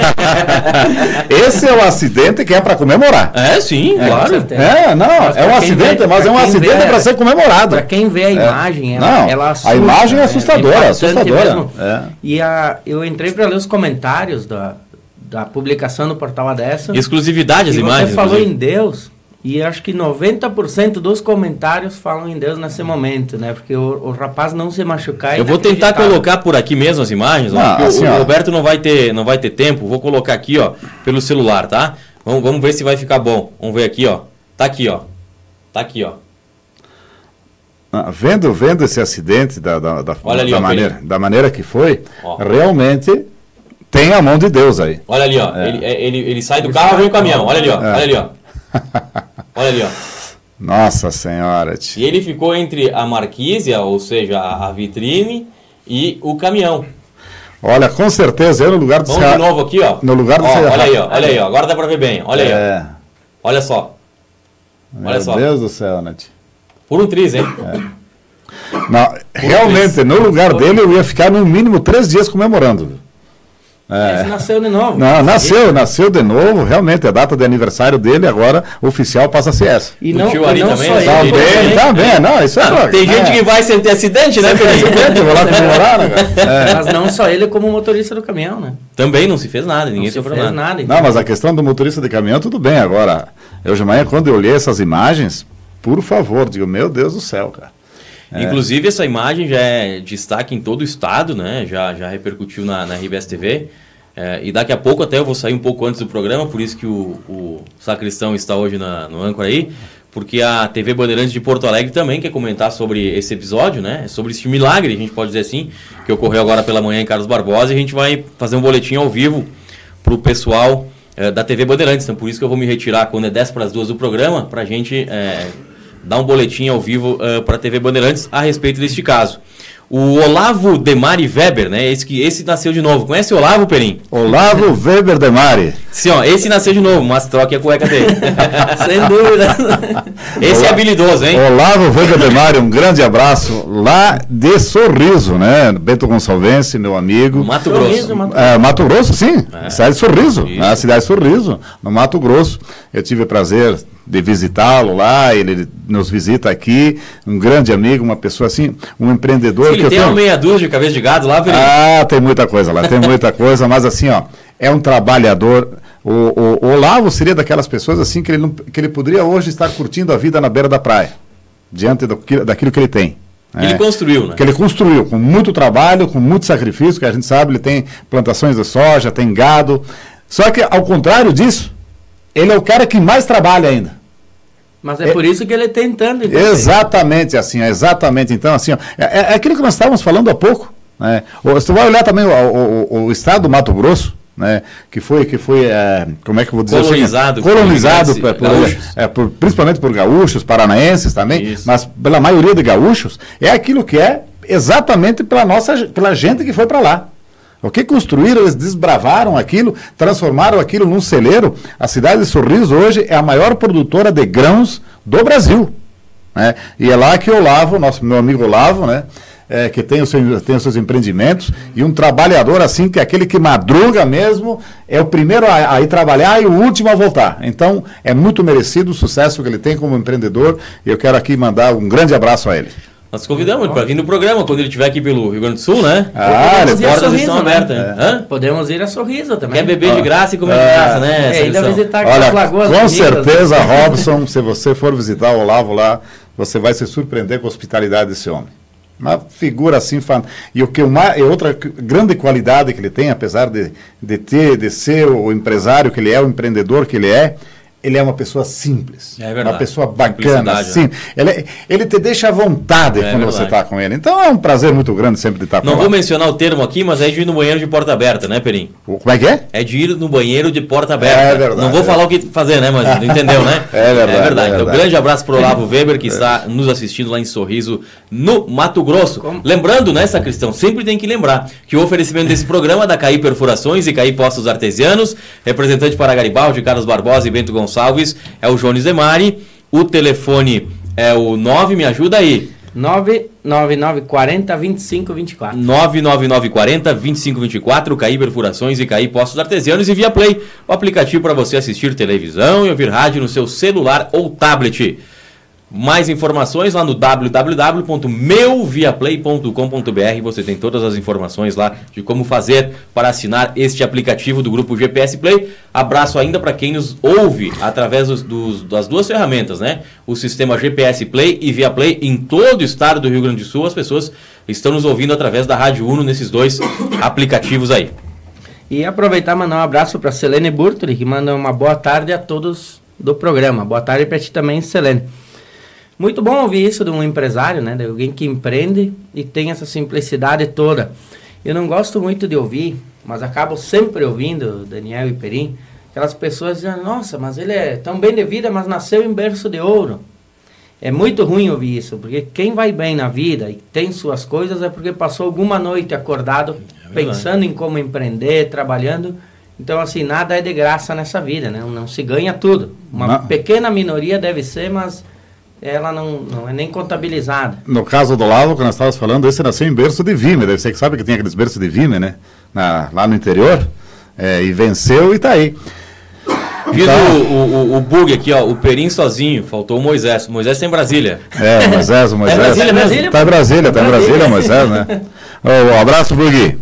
esse é o acidente que é para comemorar. É, sim, é, claro. É, não, mas é um acidente, vê, mas é um acidente para ser comemorado. Para quem vê a imagem, é. ela, não, ela assusta, a imagem é assustadora, é assustadora. É. E a, eu entrei para ler os comentários da, da publicação do Portal Adesso. Exclusividade as e imagens. Você falou inclusive. em Deus, e acho que noventa por cento dos comentários falam em Deus nesse momento, né? Porque o, o rapaz não se machucar. Eu vou tentar colocar por aqui mesmo as imagens, não, ó, assim, o, o Roberto não vai ter, não vai ter tempo. Vou colocar aqui, ó, pelo celular, tá? Vamos, vamos ver se vai ficar bom. Vamos ver aqui, ó. Tá aqui, ó. Tá aqui, ó. Ah, vendo, vendo esse acidente da, da, da, Olha ali, da, ó, maneira, da maneira que foi, ó. realmente tem a mão de Deus aí. Olha ali, ó. É. Ele, ele, ele sai do ele carro e vem o caminhão. Olha ali, ó. É. Olha ali, ó. Olha ali, ó. Nossa Senhora. Tia. E ele ficou entre a marquise, ou seja, a, a vitrine, e o caminhão. Olha, com certeza, eu no lugar do Vamos de novo aqui, ó. No lugar do ó, Olha aí, ó. Olha aí, ó. Agora dá pra ver bem. Olha aí, é. ó. Olha só. Olha Meu só. Meu Deus do céu, né, tia? Por um triz, hein? É. Não, realmente, no lugar dele eu ia ficar no mínimo três dias comemorando. É. Esse nasceu de novo. Não, nasceu, nasceu de novo, realmente, a data de aniversário dele agora, oficial, passa a ser essa. E não, tio Ari não também? Só ele, também, também, não, isso é ah, Tem é. gente que vai sem ter acidente, né? Sem acidente, eu vou lá comemorar, né, cara? É. Mas não só ele, como o motorista do caminhão, né? Também não se fez nada, ninguém não sofreu se fez nada. nada então. Não, mas a questão do motorista de caminhão, tudo bem, agora, eu de manhã, quando eu olhei essas imagens, por favor, digo, meu Deus do céu, cara. É. Inclusive, essa imagem já é destaque em todo o estado, né? Já, já repercutiu na, na R B S T V. É, e daqui a pouco até eu vou sair um pouco antes do programa, por isso que o, o Sacristão está hoje na, no âncora aí, porque a T V Bandeirantes de Porto Alegre também quer comentar sobre esse episódio, né? Sobre esse milagre, a gente pode dizer assim, que ocorreu agora pela manhã em Carlos Barbosa, e a gente vai fazer um boletim ao vivo para o pessoal é, da T V Bandeirantes. Então, por isso que eu vou me retirar quando é dez para as duas do programa, para a gente... É, dar um boletim ao vivo uh, para a T V Bandeirantes a respeito deste caso. O Olavo Demari Weber, né? Esse, que, esse nasceu de novo. Conhece o Olavo, Perim? Olavo Weber Demari. Sim, ó, esse nasceu de novo, mas troque a cueca dele. Sem dúvida. Esse Olá, é habilidoso, hein? Olavo Weber Demari, um grande abraço lá de Sorriso, né? Bento Gonçalves, meu amigo. Mato Grosso. Sorriso, Mato... É, Mato Grosso, sim. É. Cidade de Sorriso. Na cidade de Sorriso, no Mato Grosso. Eu tive o prazer de visitá-lo lá, ele nos visita aqui, um grande amigo, uma pessoa assim, um empreendedor. Sim, ele que tem eu tenho... uma meia dúzia de cabeça de gado lá, Perim? Ah, tem muita coisa lá, tem muita coisa, mas assim, ó, é um trabalhador. O, o, o Olavo seria daquelas pessoas assim que ele, não, que ele poderia hoje estar curtindo a vida na beira da praia, diante do, daquilo que ele tem. Que ele construiu, né? Que ele construiu, com muito trabalho, com muito sacrifício, que a gente sabe, ele tem plantações de soja, tem gado. Só que, ao contrário disso, ele é o cara que mais trabalha ainda. Mas é, é por isso que ele tem tanto. Então, exatamente assim, exatamente. Então, assim, ó, é, é aquilo que nós estávamos falando há pouco. Né? Você vai olhar também o, o, o, o estado do Mato Grosso, né? que foi, que foi é, como é que eu vou dizer colonizado, assim? Colonizado por, por, é, por, principalmente por gaúchos, paranaenses também, isso. Mas pela maioria de gaúchos, é aquilo que é exatamente pela, nossa, pela gente que foi para lá. O que construíram, eles desbravaram aquilo, transformaram aquilo num celeiro. A cidade de Sorriso hoje é a maior produtora de grãos do Brasil. Né? E é lá que o Olavo, nosso meu amigo Olavo, né? É, que tem, o seu, tem os seus empreendimentos, e um trabalhador assim, que é aquele que madruga mesmo, é o primeiro a, a ir trabalhar e o último a voltar. Então, é muito merecido o sucesso que ele tem como empreendedor, e eu quero aqui mandar um grande abraço a ele. Nós convidamos ele para vir no programa, quando ele estiver aqui pelo Rio Grande do Sul, né? Ah, as portas sorriso, estão abertas. Né? É. Podemos ir a Sorriso também. Quer beber ah. de graça e comer de graça, né? É, ainda visitar Olha, as lagoas. Com certeza, Robson, se você for visitar o Olavo lá, você vai se surpreender com a hospitalidade desse homem. Uma figura assim, fan... e o que uma, é outra grande qualidade que ele tem, apesar de, de ter, de ser o empresário que ele é, o empreendedor que ele é, ele é uma pessoa simples, é verdade. Uma pessoa bacana, sim. Né? Ele, ele te deixa à vontade é quando verdade. Você está com ele. Então é um prazer muito grande sempre de estar com ele. Não vou mencionar o termo aqui, mas é de ir no banheiro de porta aberta, né, Perim? O, como é que é? É de ir no banheiro de porta aberta. É verdade. Não vou é. falar o que fazer, né, mas entendeu, né? É verdade. É verdade. É verdade. Então, grande abraço para o Olavo Weber, que está nos assistindo lá em Sorriso, no Mato Grosso. Como? Lembrando, né, Sacristão, sempre tem que lembrar que o oferecimento desse programa é da Caí Perfurações e Caí Postos Artesianos, representante para Garibaldi, Carlos Barbosa e Bento Gonçalves, é o Jones Demari, o telefone é o nove, me ajuda aí. nove nove nove quatro zero, dois cinco dois quatro. nove nove nove quatro zero, dois cinco dois quatro, Caí Perfurações e Caí Postos Artesianos e Via Play, o aplicativo para você assistir televisão e ouvir rádio no seu celular ou tablet. Mais informações lá no w w w ponto meu viaplay ponto com ponto b r. Você tem todas as informações lá de como fazer para assinar este aplicativo do grupo G P S Play. Abraço ainda para quem nos ouve através dos, dos, das duas ferramentas, né? O sistema G P S Play e Via Play em todo o estado do Rio Grande do Sul. As pessoas estão nos ouvindo através da Rádio Uno nesses dois aplicativos aí. E aproveitar e mandar um abraço para Selene Burtoli, que manda uma boa tarde a todos do programa. Boa tarde para ti também, Selene. Muito bom ouvir isso de um empresário, né? De alguém que empreende e tem essa simplicidade toda. Eu não gosto muito de ouvir, mas acabo sempre ouvindo, Daniel e Perim, aquelas pessoas dizendo, nossa, mas ele é tão bem de vida, mas nasceu em berço de ouro. É muito ruim ouvir isso, porque quem vai bem na vida e tem suas coisas é porque passou alguma noite acordado, é pensando em como empreender, trabalhando. Então, assim, nada é de graça nessa vida, né? Não, não se ganha tudo. Uma não. pequena minoria deve ser, mas ela não, não é nem contabilizada. No caso do Olavo, que nós estávamos falando, esse nasceu em berço de vime. Deve ser que sabe que tem aqueles berços de vime, né? Na, lá no interior. É, e venceu e está aí. Fiz tá. o, o, o bug aqui, ó, o Perim sozinho, faltou o Moisés. O Moisés está em Brasília. É, o Moisés, o Moisés. É Brasília mesmo? Está em Brasília, está em Brasília, Moisés, né? Um abraço, Bug.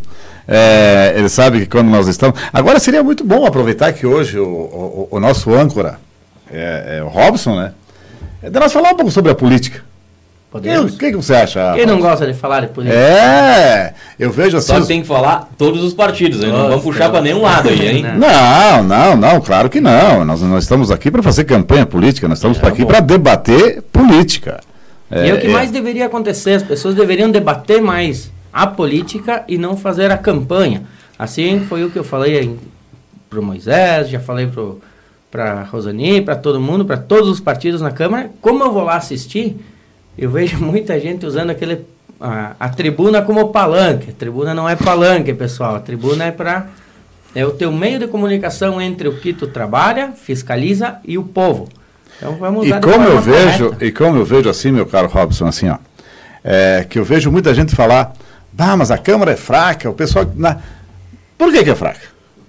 É, ele sabe que quando nós estamos... Agora seria muito bom aproveitar que hoje o, o, o nosso âncora é, é o Robson, né? É de nós falar um pouco sobre a política. O que, que, que você acha? Quem não gosta de falar de política? É, eu vejo assim... Só tem que falar todos os partidos, hein? Não vamos puxar para nenhum lado aí, hein? Não, não, não, claro que não. Nós não estamos aqui para fazer campanha política, nós estamos é, aqui para debater política. É, e é o que é. mais deveria acontecer, as pessoas deveriam debater mais a política e não fazer a campanha. Assim foi o que eu falei para o Moisés, já falei para a Rosani, para todo mundo, para todos os partidos na Câmara. Como eu vou lá assistir, eu vejo muita gente usando aquele, a, a tribuna como palanque. A tribuna não é palanque, pessoal. A tribuna é para é o teu meio de comunicação entre o que tu trabalha, fiscaliza e o povo. Então vamos usar e como eu vejo correta. E como eu vejo assim, meu caro Robson, assim, ó, é, que eu vejo muita gente falar, bah, mas a Câmara é fraca, o pessoal... Na... Por que que é fraca?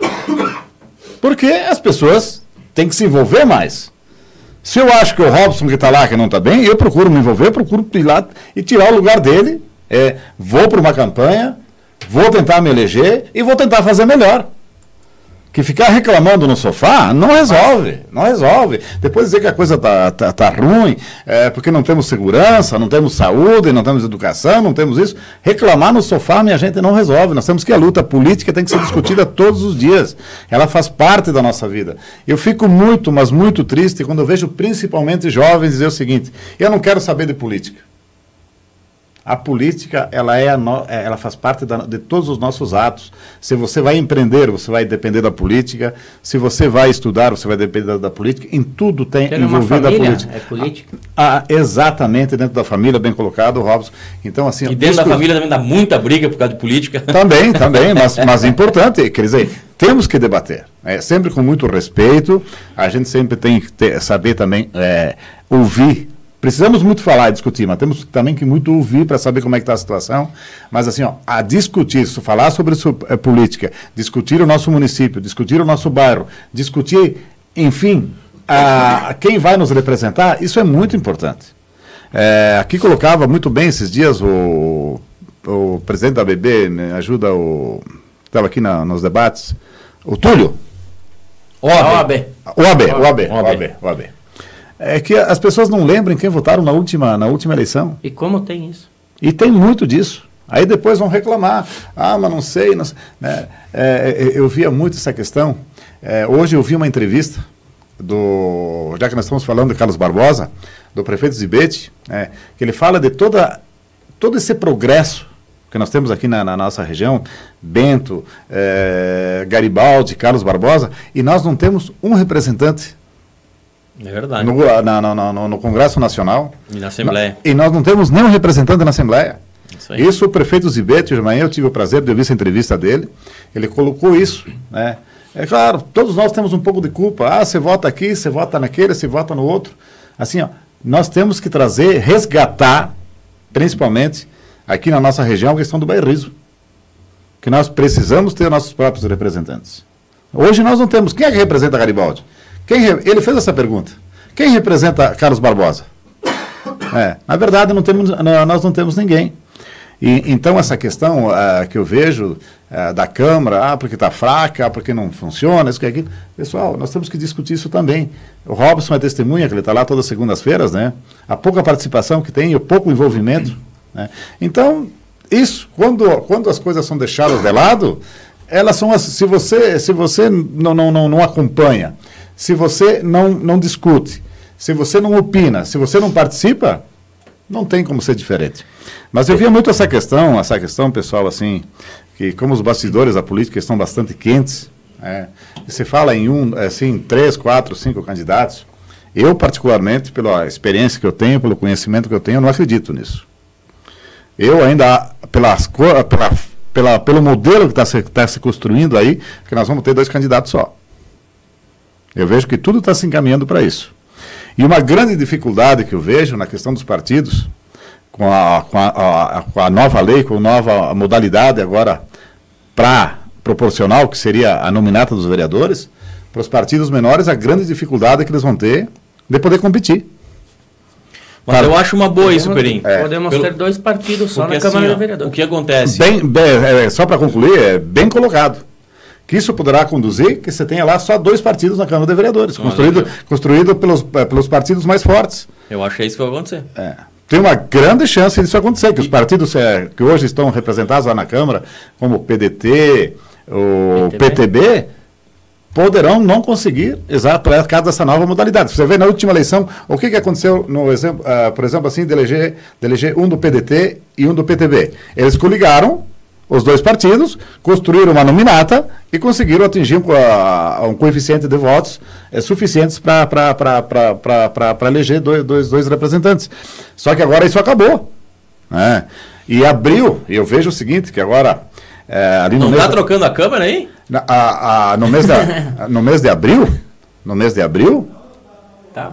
Porque as pessoas têm que se envolver mais. Se eu acho que o Robson que está lá, que não está bem, eu procuro me envolver, procuro ir lá e tirar o lugar dele. É, vou para uma campanha, vou tentar me eleger e vou tentar fazer melhor. Que ficar reclamando no sofá não resolve, não resolve. Depois dizer que a coisa está tá, tá ruim, é, porque não temos segurança, não temos saúde, não temos educação, não temos isso. Reclamar no sofá, minha gente, não resolve. Nós temos que a luta política tem que ser discutida todos os dias. Ela faz parte da nossa vida. Eu fico muito, mas muito triste quando eu vejo principalmente jovens dizer o seguinte, eu não quero saber de política. A política, ela, é a no, ela faz parte da, de todos os nossos atos. Se você vai empreender, você vai depender da política. Se você vai estudar, você vai depender da, da política. Em tudo tem Tem envolvido família, a política. É política. Ah, ah, exatamente, dentro da família, bem colocado, Robson. Então, assim, e dentro da família também dá muita briga por causa de política. Também, também, mas, mas importante, quer dizer, temos que debater. É, sempre com muito respeito. A gente sempre tem que ter, saber também é, ouvir. Precisamos muito falar e discutir, mas temos também que muito ouvir para saber como é que está a situação. Mas assim, ó, a discutir, falar sobre isso, é, política, discutir o nosso município, discutir o nosso bairro, discutir, enfim, a, a quem vai nos representar, isso é muito importante. É, aqui colocava muito bem esses dias o, o presidente da A B B, me ajuda o... estava aqui na, nos debates, o Túlio. O A B. O A B, o A B, o A B, o A B. é que as pessoas não lembram quem votaram na última, na última eleição. E como tem isso? E tem muito disso. Aí depois vão reclamar. Ah, mas não sei. Não sei. Né? É, eu via muito essa questão. É, hoje eu vi uma entrevista do, já que nós estamos falando de Carlos Barbosa, do prefeito Zibete, né, que ele fala de toda, todo esse progresso que nós temos aqui na, na nossa região, Bento, é, Garibaldi, Carlos Barbosa, e nós não temos um representante. É verdade. No, na, na, no, no Congresso Nacional. E na Assembleia. Na, e nós não temos nenhum representante na Assembleia. Isso, aí. Isso o prefeito Zibete, hoje de manhã eu tive o prazer de ouvir essa entrevista dele, ele colocou isso, né? É claro, todos nós temos um pouco de culpa. Ah, você vota aqui, você vota naquele, você vota no outro. Assim, ó, nós temos que trazer, resgatar, principalmente aqui na nossa região, a questão do bairrismo. Que nós precisamos ter nossos próprios representantes. Hoje nós não temos. Quem é que representa Garibaldi? Quem re... Ele fez essa pergunta. Quem representa Carlos Barbosa? É, na verdade, não temos, nós não temos ninguém. E, então, essa questão uh, que eu vejo uh, da Câmara, ah, porque está fraca, ah, porque não funciona, isso que é aquilo. Pessoal, nós temos que discutir isso também. O Robson é testemunha, que ele está lá todas as segundas-feiras, né? A pouca participação que tem, o pouco envolvimento. Né? Então, isso, quando, quando as coisas são deixadas de lado, elas são as, se você, se você não, não, não, não acompanha, se você não, não discute, se você não opina, se você não participa, não tem como ser diferente. Mas eu via muito essa questão, essa questão, pessoal, assim, que como os bastidores da política estão bastante quentes, é, e se fala em um, assim, três, quatro, cinco candidatos, eu, particularmente, pela experiência que eu tenho, pelo conhecimento que eu tenho, eu não acredito nisso. Eu ainda, pelas, pela, pela, pelo modelo que está se, tá se construindo aí, que nós vamos ter dois candidatos só. Eu vejo que tudo está se encaminhando para isso. E uma grande dificuldade que eu vejo na questão dos partidos, com a, com a, a, com a nova lei, com a nova modalidade agora para proporcional, que seria a nominata dos vereadores, para os partidos menores, a grande dificuldade que eles vão ter de poder competir. Mas Para, eu acho uma boa isso, Perim. É, podemos Pelo, ter dois partidos só na assim, Câmara ó, de Vereadores. O que acontece? Bem, bem, é, só para concluir, é bem colocado. Que isso poderá conduzir que você tenha lá só dois partidos na Câmara de Vereadores, ah, construído, construído pelos, pelos partidos mais fortes. Eu acho que é isso que vai acontecer. É. Tem uma grande chance disso acontecer, que os partidos é, que hoje estão representados lá na Câmara, como o P D T, o P T B, poderão não conseguir, exato, por causa dessa nova modalidade. Você vê na última eleição, o que, que aconteceu, no exemplo, uh, por exemplo, assim, de eleger, de eleger um do P D T e um do P T B. Eles coligaram os dois partidos, construíram uma nominata e conseguiram atingir um, uh, um coeficiente de votos é, suficientes para eleger dois, dois, dois representantes. Só que agora isso acabou. Né? E abriu, e eu vejo o seguinte, que agora... É, ali no Não mês está trocando a câmera aí? Na, a, a, no, mês da, no mês de abril? No mês de abril? Tá.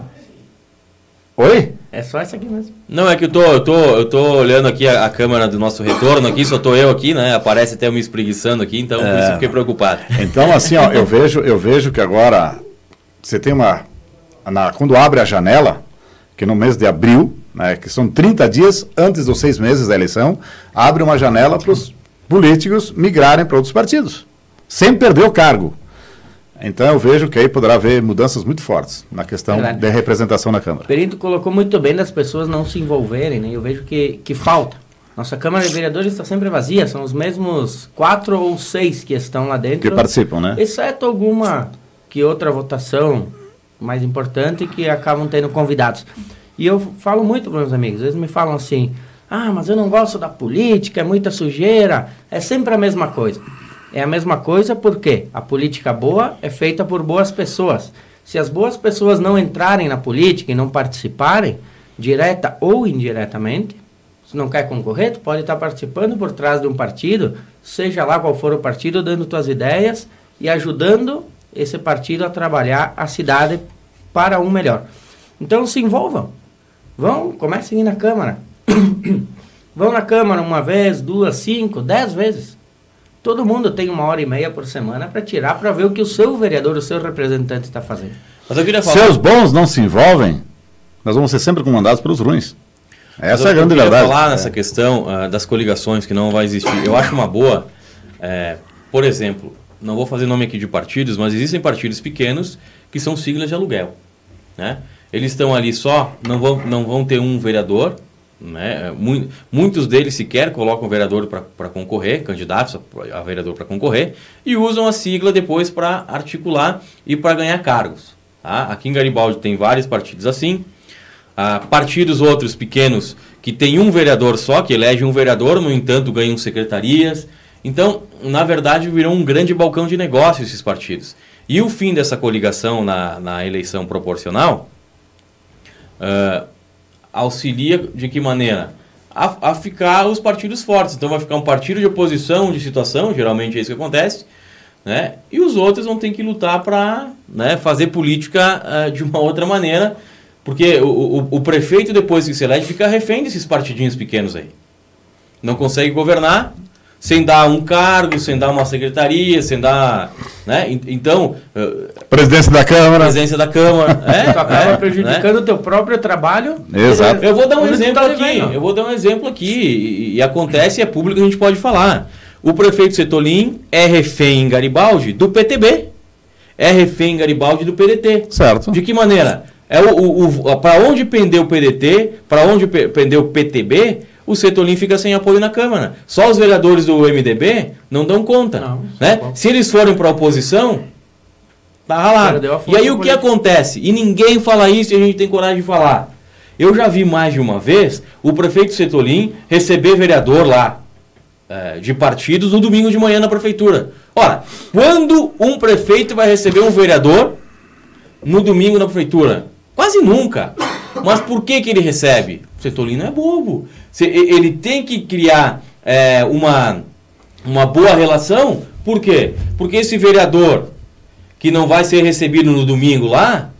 Oi? É só isso aqui mesmo. Não, é que eu tô, eu tô, eu tô olhando aqui a, a câmera do nosso retorno aqui, só tô eu aqui, né? Aparece até eu me espreguiçando aqui, então é. por isso eu fiquei preocupado. Então, assim, ó, eu vejo, eu vejo que agora você tem uma... Na, quando abre a janela, que no mês de abril, né, que são trinta dias antes dos seis meses da eleição, abre uma janela para os políticos migrarem para outros partidos, sem perder o cargo. Então eu vejo que aí poderá haver mudanças muito fortes na questão Verdade. da representação na Câmara. O Perinto colocou muito bem das pessoas não se envolverem, né? Eu vejo que, que falta. Nossa Câmara de Vereadores está sempre vazia, são os mesmos quatro ou seis que estão lá dentro. Que participam, né? Exceto alguma que outra votação mais importante que acabam tendo convidados. E eu falo muito para meus amigos, eles me falam assim, ah, mas eu não gosto da política, é muita sujeira, é sempre a mesma coisa. É a mesma coisa porque a política boa é feita por boas pessoas. Se as boas pessoas não entrarem na política e não participarem, direta ou indiretamente, se não quer concorrer, tu pode estar participando por trás de um partido, seja lá qual for o partido, dando tuas ideias e ajudando esse partido a trabalhar a cidade para um melhor. Então se envolvam. Vão, comecem a ir na Câmara. Vão na Câmara uma vez, duas, cinco, dez vezes. Todo mundo tem uma hora e meia por semana para tirar para ver o que o seu vereador, o seu representante está fazendo. Mas eu queria falar... Se os bons não se envolvem, nós vamos ser sempre comandados pelos ruins. Essa é a grande verdade. Eu queria falar nessa é. questão uh, das coligações que não vai existir. Eu acho uma boa, é, por exemplo, não vou fazer nome aqui de partidos, mas existem partidos pequenos que são siglas de aluguel, né? eles estão ali só, não vão, não vão ter um vereador, né? Muitos deles sequer colocam vereador para concorrer, candidatos a vereador para concorrer, e usam a sigla depois para articular e para ganhar cargos. Tá? Aqui em Garibaldi tem vários partidos assim, ah, partidos outros pequenos que tem um vereador só, que elege um vereador, no entanto ganham secretarias. Então, na verdade, virou um grande balcão de negócios esses partidos. E o fim dessa coligação na, na eleição proporcional uh, auxilia de que maneira? A, a ficar os partidos fortes. Então vai ficar um partido de oposição, de situação, geralmente é isso que acontece, né? E os outros vão ter que lutar para, né, fazer política uh, de uma outra maneira, porque o, o, o prefeito, depois que se elege, fica refém desses partidinhos pequenos aí. Não consegue governar sem dar um cargo, sem dar uma secretaria, sem dar, né? Então, presidência da Câmara, presidência da Câmara, é, tu acaba é, prejudicando né? o teu próprio trabalho. Exato. Eu vou dar um Como exemplo tá aqui. vivendo? Eu vou dar um exemplo aqui e, e acontece, é público, a gente pode falar. O prefeito Setolim é refém em Garibaldi do P T B, é refém em Garibaldi do P D T. Certo. De que maneira? É o, o, o para onde pendeu o P D T, para onde pendeu o P T B, o Setolim fica sem apoio na Câmara. Só os vereadores do M D B não dão conta. Não, né? Se eles forem para a oposição, tá ralado. E aí o que acontece? E ninguém fala isso e a gente tem coragem de falar. Eu já vi mais de uma vez o prefeito Setolim receber vereador lá é, de partidos no domingo de manhã na prefeitura. Ora, quando um prefeito vai receber um vereador no domingo na prefeitura? Quase nunca. Mas por que que ele recebe? O Setolim não é bobo. Ele tem que criar é, uma, uma boa relação. Por quê? Porque esse vereador que não vai ser recebido no domingo lá,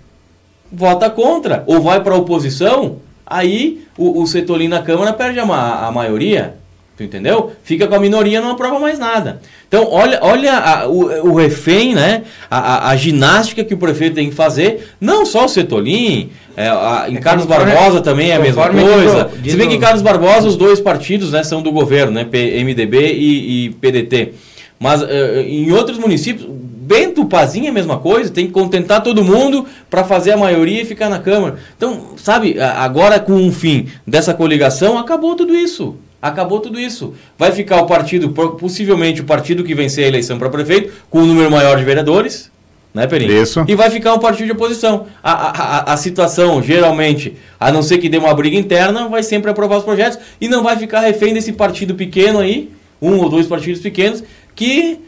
vota contra. Ou vai para a oposição, aí o, o Setolim na Câmara perde a, a maioria. Tu entendeu? Fica com a minoria, não aprova mais nada. Então, olha, olha a, o, o refém, né? A, a, a ginástica que o prefeito tem que fazer. Não só o Setolim, é, a, em é Carlos Barbosa também é a mesma coisa. Se bem que em Carlos Barbosa os dois partidos, né, são do governo, né? M D B e, e P D T. Mas uh, em outros municípios, Bento Pazinho é a mesma coisa, tem que contentar todo mundo para fazer a maioria e ficar na Câmara. Então, sabe, agora com o fim dessa coligação, acabou tudo isso. Acabou tudo isso. Vai ficar o partido, possivelmente o partido que vencer a eleição para prefeito, com um número maior de vereadores, né, Perim? Isso. E vai ficar um partido de oposição. A, a, a situação, geralmente, a não ser que dê uma briga interna, vai sempre aprovar os projetos e não vai ficar refém desse partido pequeno aí, um ou dois partidos pequenos, que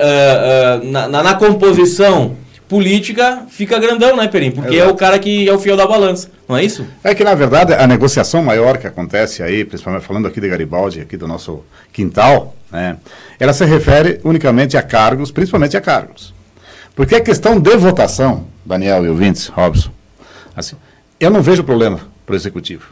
uh, uh, uh, na, na, na composição política fica grandão, né, Perim? Porque Exato. É o cara que é o fiel da balança, não é isso? É que, na verdade, a negociação maior que acontece aí, principalmente falando aqui de Garibaldi, aqui do nosso quintal, né, ela se refere unicamente a cargos, principalmente a cargos. Porque a questão de votação, Daniel e ouvintes, Robson, assim, eu não vejo problema para o Executivo.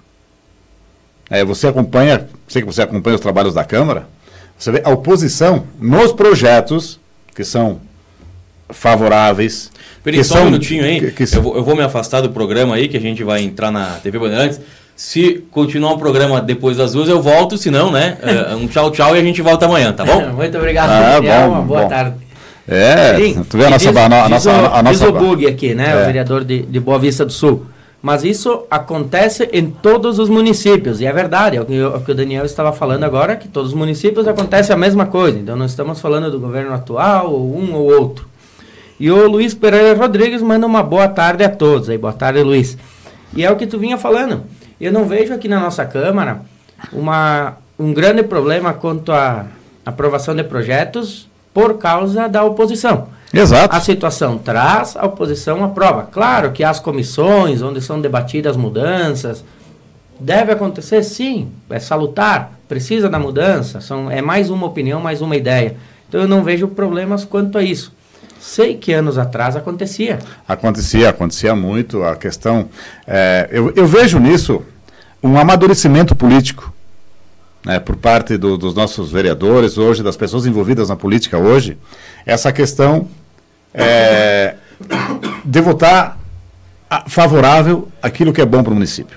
É, você acompanha, sei que você acompanha os trabalhos da Câmara, você vê a oposição nos projetos que são favoráveis. Peraí, só um minutinho aí, que, que eu, vou, eu vou me afastar do programa aí, que a gente vai entrar na T V Bandeirantes. Se continuar o programa depois das duas, eu volto, senão, né, uh, um tchau, tchau e a gente volta amanhã, tá bom? Muito obrigado, ah, Daniel, bom, uma boa bom. tarde. É, Sim, tu vê a nossa... Diz, a, a, diz nossa, o, a, a nossa diz o Bug aqui, né, é. o vereador de, de Boa Vista do Sul. Mas isso acontece em todos os municípios, e é verdade, é o que, é o que o Daniel estava falando agora, que todos os municípios acontece a mesma coisa. Então, nós estamos falando do governo atual, ou um ou outro. E o Luiz Pereira Rodrigues manda uma boa tarde a todos. Aí, boa tarde, Luiz. E é o que tu vinha falando. Eu não vejo aqui na nossa Câmara uma, um grande problema quanto à aprovação de projetos por causa da oposição. Exato. A situação traz, a oposição aprova. Claro que há as comissões onde são debatidas mudanças. Deve acontecer, sim. É salutar. Precisa da mudança. São, é mais uma opinião, mais uma ideia. Então eu não vejo problemas quanto a isso. Sei que anos atrás acontecia. Acontecia, acontecia muito. A questão... É, eu, eu vejo nisso um amadurecimento político, né, por parte do, dos nossos vereadores hoje, das pessoas envolvidas na política hoje, essa questão é, de votar a, favorável àquilo que é bom para o município.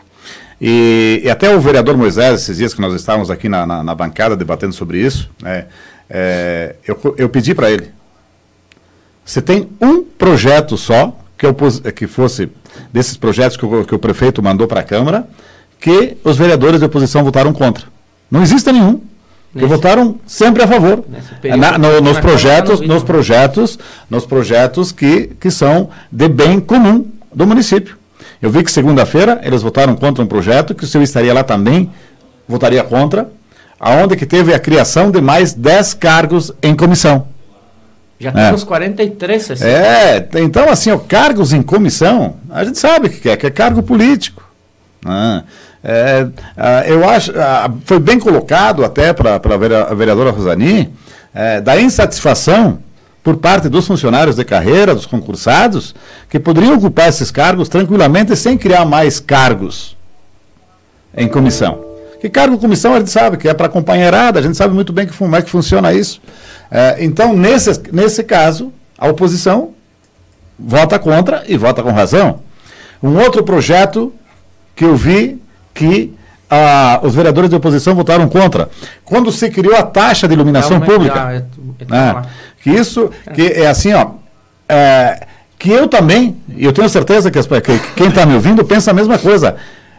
E, e até o vereador Moisés, esses dias que nós estávamos aqui na, na, na bancada debatendo sobre isso, né, é, eu, eu pedi para ele, você tem um projeto só que, eu, que fosse desses projetos que o, que o prefeito mandou para a Câmara, que os vereadores de oposição votaram contra. Não existe nenhum. Que votaram sempre a favor. Na, no, nos, projetos, nos projetos, nos projetos que, que são de bem comum do município. Eu vi que segunda-feira eles votaram contra um projeto que, se eu estaria lá também, votaria contra, aonde que teve a criação de mais dez cargos em comissão. Já temos é. quarenta e três, sessenta. É, então assim, ó, cargos em comissão, a gente sabe o que é, que é cargo político. Ah, é, ah, eu acho, ah, foi bem colocado até para a vereadora Rosani, é, da insatisfação por parte dos funcionários de carreira, dos concursados, que poderiam ocupar esses cargos tranquilamente sem criar mais cargos em comissão. Que cargo em comissão a gente sabe que é para companheirada, a gente sabe muito bem que, como é que funciona isso. É, então, nesse, nesse caso, a oposição vota contra e vota com razão. Um outro projeto que eu vi que ah, os vereadores de oposição votaram contra. Quando se criou a taxa de iluminação Não, pública. Já, eu, eu é, que isso, que é assim, ó, é, que eu também, e eu tenho certeza que, as, que quem está me ouvindo pensa a mesma coisa.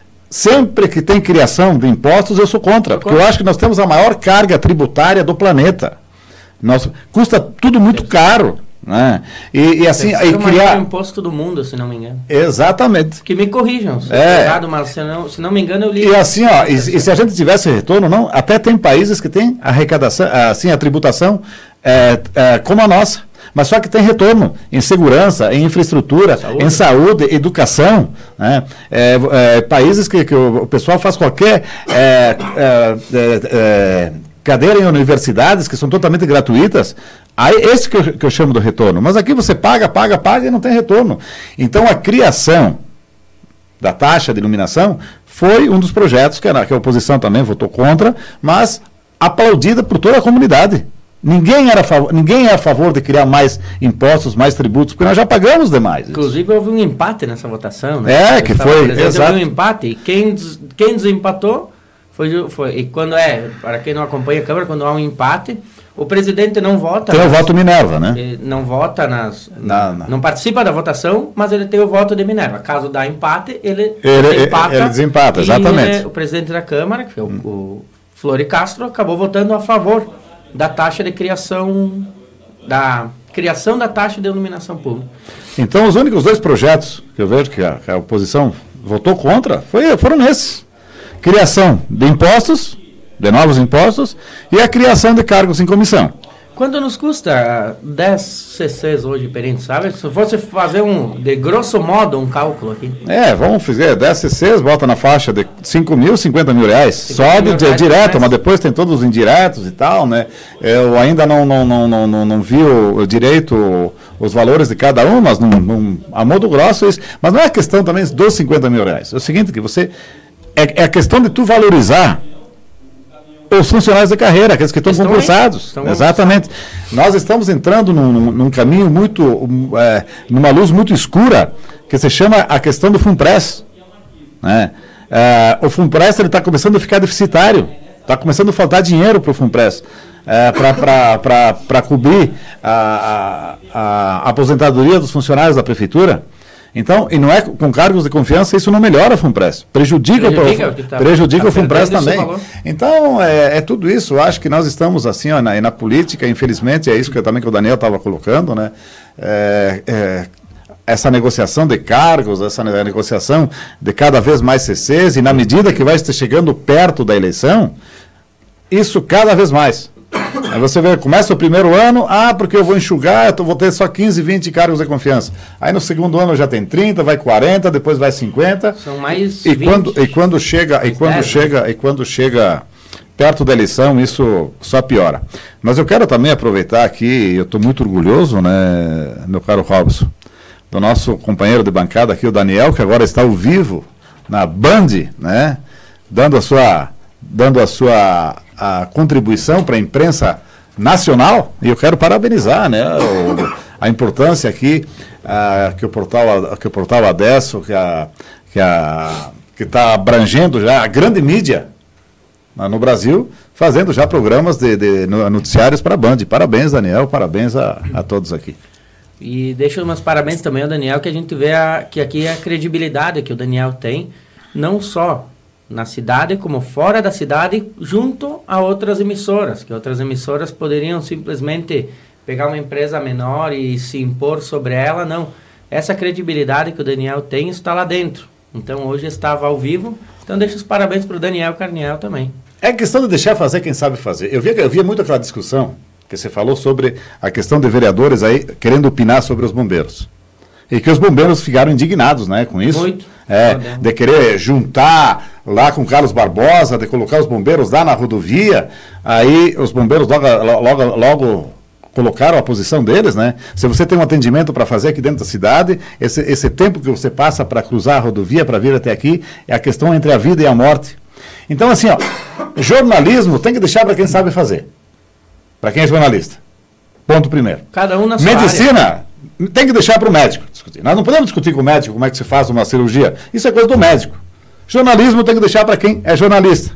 Sempre que tem criação de impostos, eu sou contra, porque eu acho que nós temos a maior carga tributária do planeta. Nós, custa tudo muito caro. Né? E, e assim, aí criar o imposto do mundo, se não me engano. Exatamente. Que me corrijam, se é. errado, mas se não, se não me engano eu li. E assim, ó, e, e se a gente tivesse retorno, não, até tem países que têm arrecadação, assim, a tributação é, é, como a nossa, mas só que tem retorno em segurança, em infraestrutura, saúde. Em saúde, educação, né? É, é, países que, que o, o pessoal faz qualquer é, é, é, é, cadeira em universidades que são totalmente gratuitas. Aí, esse que eu, que eu chamo do retorno. Mas aqui você paga, paga, paga e não tem retorno. Então, a criação da taxa de iluminação foi um dos projetos que a, que a oposição também votou contra, mas aplaudida por toda a comunidade. Ninguém era a favor, ninguém é a favor de criar mais impostos, mais tributos, porque nós já pagamos demais. Inclusive, houve um empate nessa votação. Né? É, que foi, exato. Houve um empate, e quem, des, quem desempatou foi, foi... E quando é, para quem não acompanha a Câmara, quando há um empate... O presidente não vota... Tem nas, o voto Minerva, né? Não vota nas... Não, não. não participa da votação, mas ele tem o voto de Minerva. Caso dá empate, ele, ele desempata. Ele desempata, exatamente. E o presidente da Câmara, que é o, hum. o Flori Castro, acabou votando a favor da taxa de criação... Da criação da taxa de iluminação pública. Então, os únicos dois projetos que eu vejo que a, que a oposição votou contra foi, foram esses. Criação de impostos... de novos impostos, e a criação de cargos em comissão. Quanto nos custa dez C Cs hoje, Perini, sabe? Se fosse fazer um, de grosso modo, um cálculo aqui. É, vamos fazer dez C Cs, bota na faixa de cinco mil, cinquenta mil reais. Só de, de direto, mas depois tem todos os indiretos e tal, né? Eu ainda não, não, não, não, não, não vi o, o direito, os valores de cada um, mas não, não, a modo grosso isso. Mas não é questão também dos cinquenta mil reais. É o seguinte, que você... É, é a questão de tu valorizar os funcionários de carreira, aqueles que estão, estão concursados. Estão Exatamente. Nós estamos entrando num, num, num caminho muito, um, é, numa luz muito escura, que se chama a questão do FUNPRES. Né? É, o FUNPRES está começando a ficar deficitário, está começando a faltar dinheiro para o FUNPRES, é, para cobrir a, a, a aposentadoria dos funcionários da Prefeitura. Então, e não é com cargos de confiança, isso não melhora a FUNPRES. Prejudica, prejudica, o, tá, prejudica tá o FUNPRES também. Então, é, é tudo isso. Eu acho que nós estamos assim, ó, na, na política, infelizmente, é isso que também que o Daniel estava colocando, né? É, é, essa negociação de cargos, essa negociação de cada vez mais C Cs, e na medida que vai chegando perto da eleição, isso cada vez mais. Aí você vê, começa o primeiro ano, ah, porque eu vou enxugar, eu vou ter só quinze, vinte cargos de confiança. Aí no segundo ano já tem trinta, vai quarenta, depois vai cinquenta. São mais e vinte. Quando, e quando chega, e quando dez, chega, né? E quando chega perto da eleição, isso só piora. Mas eu quero também aproveitar aqui, eu estou muito orgulhoso, né, meu caro Robson, do nosso companheiro de bancada aqui, o Daniel, que agora está ao vivo na Band, né, dando a sua, dando a sua a contribuição para a imprensa nacional, e eu quero parabenizar, né, o, a importância aqui a, que o portal que o portal Adesso, que a que a que está abrangendo já a grande mídia no Brasil, fazendo já programas de, de noticiários para a Band. Parabéns, Daniel, parabéns a, a todos aqui. E deixo meus parabéns também ao Daniel, que a gente vê a, que aqui é a credibilidade que o Daniel tem, não só na cidade, como fora da cidade, junto a outras emissoras, que outras emissoras poderiam simplesmente pegar uma empresa menor e se impor sobre ela, não. Essa credibilidade que o Daniel tem está lá dentro. Então, hoje estava ao vivo, então deixo os parabéns para o Daniel Carniel também. É questão de deixar fazer quem sabe fazer. Eu via, eu via muito aquela discussão que você falou sobre a questão de vereadores aí querendo opinar sobre os bombeiros. E que os bombeiros ficaram indignados, né, com isso. Muito. É, de querer juntar lá com Carlos Barbosa, de colocar os bombeiros lá na rodovia. Aí os bombeiros logo, logo, logo colocaram a posição deles, né? Se você tem um atendimento para fazer aqui dentro da cidade, esse, esse tempo que você passa para cruzar a rodovia, para vir até aqui, é a questão entre a vida e a morte. Então, assim, ó, jornalismo tem que deixar para quem sabe fazer. Para quem é jornalista. Ponto primeiro. Cada um na sua Medicina, área. Tem que deixar para o médico discutir. Nós não podemos discutir com o médico como é que se faz uma cirurgia. Isso é coisa do médico. Jornalismo tem que deixar para quem é jornalista.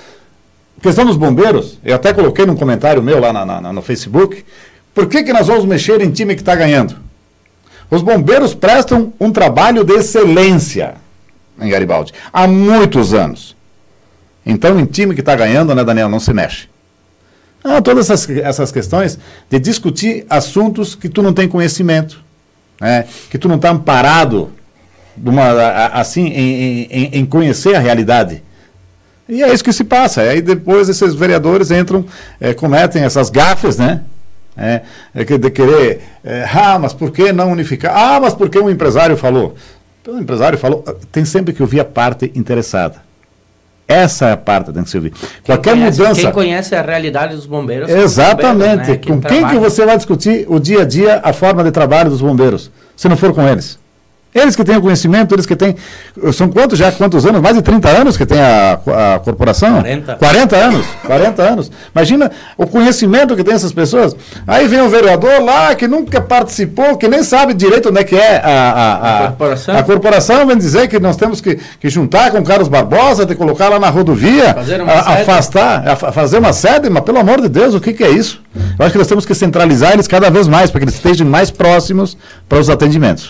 A questão dos bombeiros, eu até coloquei num comentário meu lá na, na, no Facebook, por que, que nós vamos mexer em time que está ganhando? Os bombeiros prestam um trabalho de excelência em Garibaldi, há muitos anos. Então, em time que está ganhando, né, Daniel, não se mexe. Ah, todas essas, essas questões de discutir assuntos que tu não tem conhecimento, né, que tu não está amparado de uma, assim, em, em, em conhecer a realidade. E é isso que se passa. Aí depois esses vereadores entram, é, cometem essas gafes, né? É, é de querer, é, ah, mas por que não unificar? Ah, mas por que o empresário falou? Então, o empresário falou, tem sempre que ouvir a parte interessada. Essa é a parte que tem que se ouvir. Qualquer quem conhece, mudança... Quem conhece a realidade dos bombeiros... Exatamente. Bombeiros, né? Com quem que você vai discutir o dia a dia, a forma de trabalho dos bombeiros, se não for com eles? Eles que têm o conhecimento, eles que têm... São quantos já? Quantos anos? Mais de trinta anos que tem a, a corporação? quarenta. quarenta anos. quarenta anos. Imagina o conhecimento que tem essas pessoas. Aí vem um vereador lá que nunca participou, que nem sabe direito onde é que é a, a, a, a corporação. A corporação vem dizer que nós temos que, que juntar com o Carlos Barbosa, de colocar lá na rodovia, fazer uma a, afastar, a, fazer uma sede, mas pelo amor de Deus, o que, que é isso? Eu acho que nós temos que centralizar eles cada vez mais, para que eles estejam mais próximos para os atendimentos.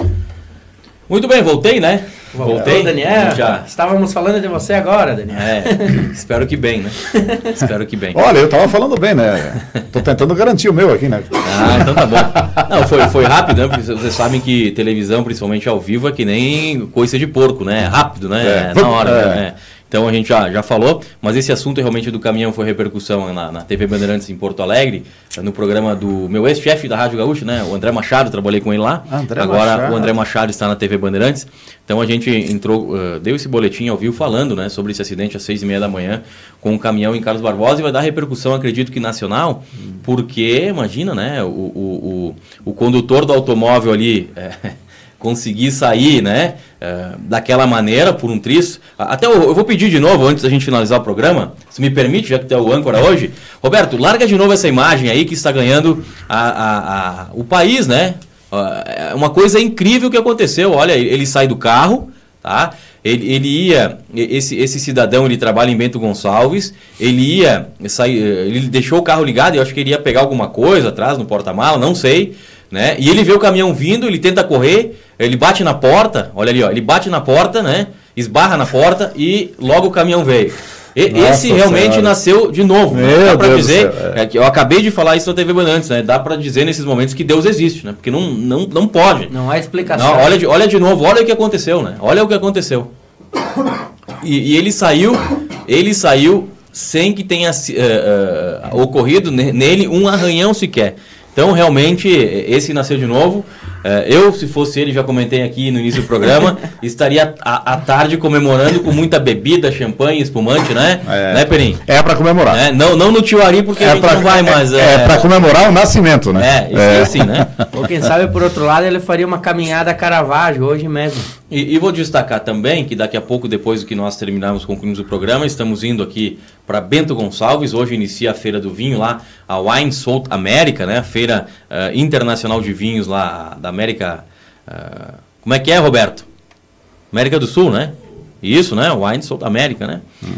Muito bem, voltei, né? Voltei. Ô, Daniel, já. Estávamos falando de você agora, Daniel. É, espero que bem, né? Espero que bem. Olha, eu estava falando bem, né? Tô tentando garantir o meu aqui, né? Ah, então tá bom. Não, foi, foi rápido, né? Porque vocês sabem que televisão, principalmente ao vivo, é que nem coisa de porco, né? É rápido, né? É, na hora, é. né? Então a gente já, já falou, mas esse assunto realmente do caminhão foi repercussão na, na T V Bandeirantes em Porto Alegre, no programa do meu ex-chefe da Rádio Gaúcha, né, o André Machado, trabalhei com ele lá. André Agora Machado. O André Machado está na T V Bandeirantes. Então a gente entrou, uh, deu esse boletim ao vivo falando, né, sobre esse acidente às seis e meia da manhã com um caminhão em Carlos Barbosa, e vai dar repercussão, acredito que nacional, hum. porque, imagina, né, o, o, o, o condutor do automóvel ali... É, conseguir sair, né, uh, daquela maneira, por um triz. Até eu, eu vou pedir de novo, antes da gente finalizar o programa, se me permite, já que tem o âncora hoje, Roberto, larga de novo essa imagem aí que está ganhando a, a, a, o país, né? É uh, uma coisa incrível que aconteceu. Olha, ele, ele sai do carro, tá? Ele, ele ia, esse, esse cidadão, ele trabalha em Bento Gonçalves, ele ia, sair, ele deixou o carro ligado, eu acho que ele ia pegar alguma coisa atrás no porta-mala, não sei, né? E ele vê o caminhão vindo, ele tenta correr, ele bate na porta, olha ali, ó, ele bate na porta, né? Esbarra na porta e logo o caminhão veio. E, Nossa esse realmente senhora. Nasceu de novo. Meu Dá para Deus dizer, do céu, é. É, que eu acabei de falar isso na T V Bandeirantes, né? Dá para dizer nesses momentos que Deus existe, né? Porque não, não, não pode. Não há explicação. Não, olha, de, olha de novo, olha o que aconteceu, né? Olha o que aconteceu. E, e ele saiu, ele saiu sem que tenha uh, uh, ocorrido nele um arranhão sequer. Então, realmente, esse nasceu de novo. Eu, se fosse ele, já comentei aqui no início do programa, estaria à tarde comemorando com muita bebida, champanhe, espumante, né? É, né, Perim? É para comemorar. É, não, não no Tioari, porque é a gente pra, não vai mais. É, é para comemorar o nascimento, né? É, isso é assim, né? Ou quem sabe, por outro lado, ele faria uma caminhada a Caravaggio hoje mesmo. E, e vou destacar também que daqui a pouco, depois que nós terminarmos, concluímos o programa, estamos indo aqui para Bento Gonçalves. Hoje inicia a Feira do Vinho lá, a Wine South America, né? A Feira uh, Internacional de Vinhos lá da América... Uh, como é que é, Roberto? América do Sul, né? Isso, né? Wine South America, né? Hum.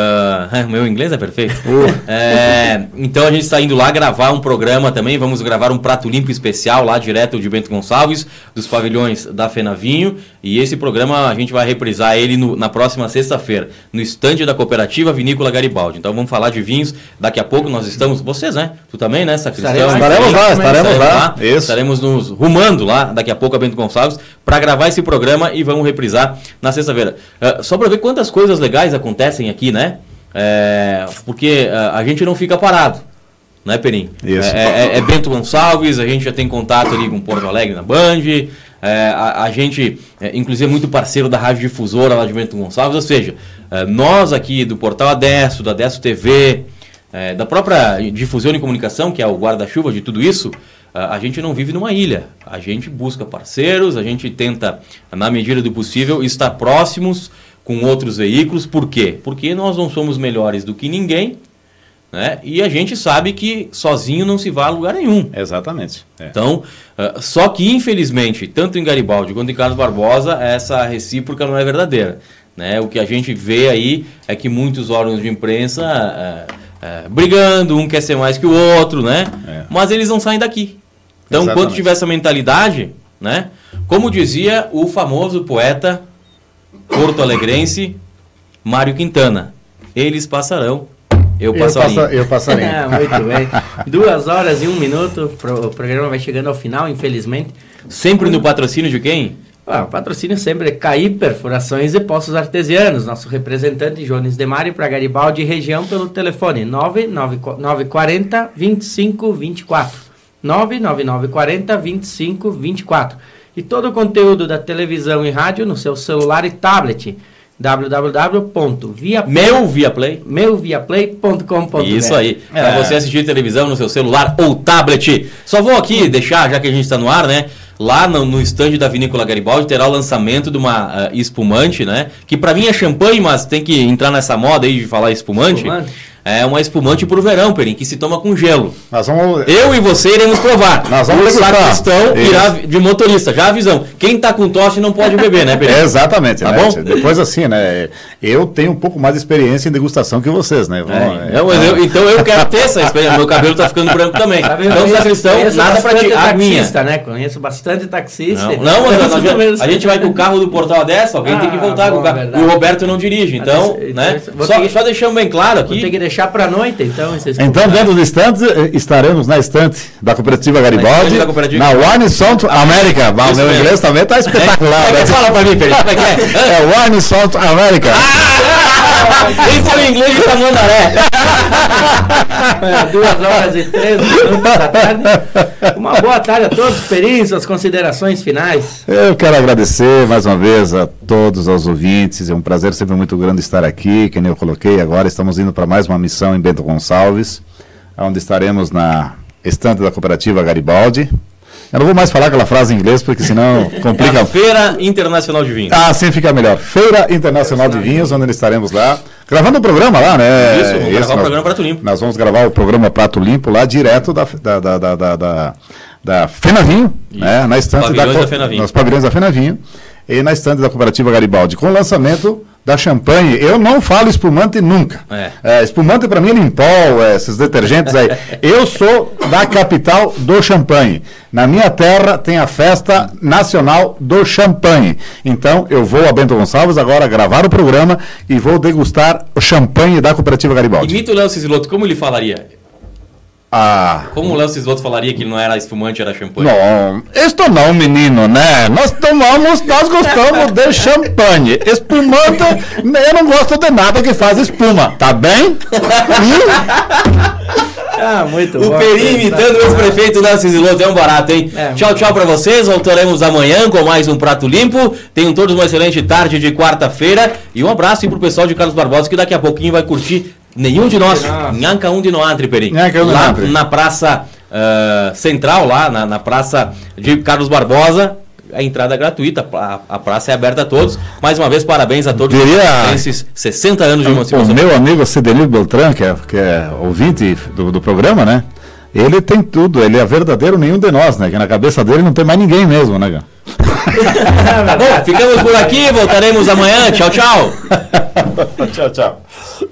Uh, meu inglês é perfeito. Uh. É, então a gente está indo lá gravar um programa também. Vamos gravar um prato limpo especial lá direto de Bento Gonçalves, dos pavilhões da Fenavinho. E esse programa a gente vai reprisar ele no, na próxima sexta-feira, no estande da Cooperativa Vinícola Garibaldi. Então vamos falar de vinhos. Daqui a pouco nós estamos... Vocês, né? Tu também, né, Sacristão? Estaremos, estaremos lá, estaremos lá. lá. Isso. Estaremos nos rumando lá daqui a pouco a Bento Gonçalves para gravar esse programa e vamos reprisar na sexta-feira. Uh, só para ver quantas coisas legais acontecem aqui, né? É, porque uh, a gente não fica parado, né, Perim? Isso. É, é, é Bento Gonçalves, a gente já tem contato ali com Porto Alegre na Band, é, a, a gente, é, inclusive, é muito parceiro da Rádio Difusora lá de Bento Gonçalves, ou seja, é, nós aqui do Portal Adesso, da Adesso T V, é, da própria Difusão e Comunicação, que é o guarda-chuva de tudo isso, a gente não vive numa ilha, a gente busca parceiros, a gente tenta, na medida do possível, estar próximos com outros veículos. Por quê? Porque nós não somos melhores do que ninguém, né? E a gente sabe que sozinho não se vai a lugar nenhum. Exatamente. É. Então, uh, só que infelizmente, tanto em Garibaldi quanto em Carlos Barbosa, essa recíproca não é verdadeira, né? O que a gente vê aí é que muitos órgãos de imprensa uh, uh, brigando, um quer ser mais que o outro, né? É. Mas eles não saem daqui. Então, Exatamente. Quando tiver essa mentalidade, né? Como dizia o famoso poeta porto-alegrense Mário Quintana, eles passarão, eu passarinho. Eu, passa, eu passarinho. É, muito bem. Duas horas e um minuto, o programa vai chegando ao final, infelizmente. Sempre no patrocínio de quem? Ah, o patrocínio sempre é Caí Perfurações e Poços Artesianos. Nosso representante Jones Demário para Garibaldi e região pelo telefone nove nove nove quatro zero, dois cinco dois quatro. nove nove nove quatro zero, dois cinco dois quatro. E todo o conteúdo da televisão e rádio no seu celular e tablet. w w w ponto viaplay meu viaplay meu viaplay ponto com ponto b r. Isso aí, é. Para você assistir televisão no seu celular ou tablet. Só vou aqui deixar, já que a gente está no ar, né? Lá no, no estande da Vinícola Garibaldi terá o lançamento de uma uh, espumante, né? Que para mim é champanhe, mas tem que entrar nessa moda aí de falar espumante. espumante. É uma espumante pro verão, Perim, que se toma com gelo. Nós vamos... Eu e você iremos provar. Nós vamos o sacristão irá de motorista. Já avisão. Quem tá com tosse não pode beber, né, Perim? É, exatamente. Tá né? bom? Depois assim, né? Eu tenho um pouco mais de experiência em degustação que vocês, né? Vamos, é, é, mas eu, então eu quero ter essa experiência. Meu cabelo tá ficando branco também. Sabe, então, sacristão, nada pra ti. A minha. Né? Conheço bastante taxista. Não, não mas nós, nós, a gente vai com o carro do Portal Adesso, alguém ah, tem que voltar bom, com o carro. Verdade. E o Roberto não dirige, então, então né? Só, que, só deixamos bem claro aqui. Vou ter que deixar pra noite. Então, então dentro do estante, estaremos na estante da Cooperativa Garibaldi, na, cooperativa. na Wine South America. O meu inglês também está espetacular. É, é, fala pra mim, Felipe, como é que é? É Wine South America. Ah, esse é o inglês de Tamandaré. É, duas horas e treze minutos da tarde. Uma boa tarde a todos, Perim, suas considerações finais. Eu quero agradecer mais uma vez a todos, aos ouvintes. É um prazer sempre muito grande estar aqui, que nem eu coloquei agora. Estamos indo para mais uma missão em Bento Gonçalves, onde estaremos na estante da Cooperativa Garibaldi. Eu não vou mais falar aquela frase em inglês, porque senão complica. É Feira Internacional de Vinhos. Ah, sim, fica melhor. Feira Internacional de Vinhos, onde estaremos lá, gravando um programa lá, né? Isso, vamos Isso, gravar o programa Prato Limpo. Nós vamos gravar o programa Prato Limpo lá, direto da, da, da, da, da, da, da Fenavinho, né? Na estante pavilhões da, da Fenavinho. Nos pavilhões da Fenavinho, e na estante da Cooperativa Garibaldi, com o lançamento da champanhe. Eu não falo espumante nunca. É. É, espumante para mim é Limpol, é, esses detergentes aí. Eu sou da capital do champanhe. Na minha terra tem a festa nacional do champanhe. Então eu vou a Bento Gonçalves agora gravar o programa e vou degustar o champanhe da Cooperativa Garibaldi. Imita o Léo Cisilotto, como ele falaria? Ah. Como o Léo Cisilotto falaria que não era espumante, era champanhe? Não, isto não, menino, né? Nós tomamos, nós gostamos de champanhe. Espumante, eu não gosto de nada que faz espuma, tá bem? Ah, muito o bom. O Perim imitando o ex-prefeito Léo Cisilotto é um barato, hein? É, tchau, tchau pra vocês. Voltaremos amanhã com mais um Prato Limpo. Tenham todos uma excelente tarde de quarta-feira. E um abraço aí pro pessoal de Carlos Barbosa, que daqui a pouquinho vai curtir Nenhum de nós, nhanca um de noatre, Perim. Lá na praça uh, central, lá na, na praça de Carlos Barbosa, a entrada é gratuita, a, a praça é aberta a todos. Mais uma vez, parabéns a todos esses sessenta anos de emancipação. O meu amigo Cedenil Beltrán, que é, que é ouvinte do, do programa, né? Ele tem tudo, ele é verdadeiro nenhum de nós, né? Que na cabeça dele não tem mais ninguém mesmo, né, cara? Tá bom, ficamos por aqui, voltaremos amanhã. Tchau, tchau. Tchau, tchau.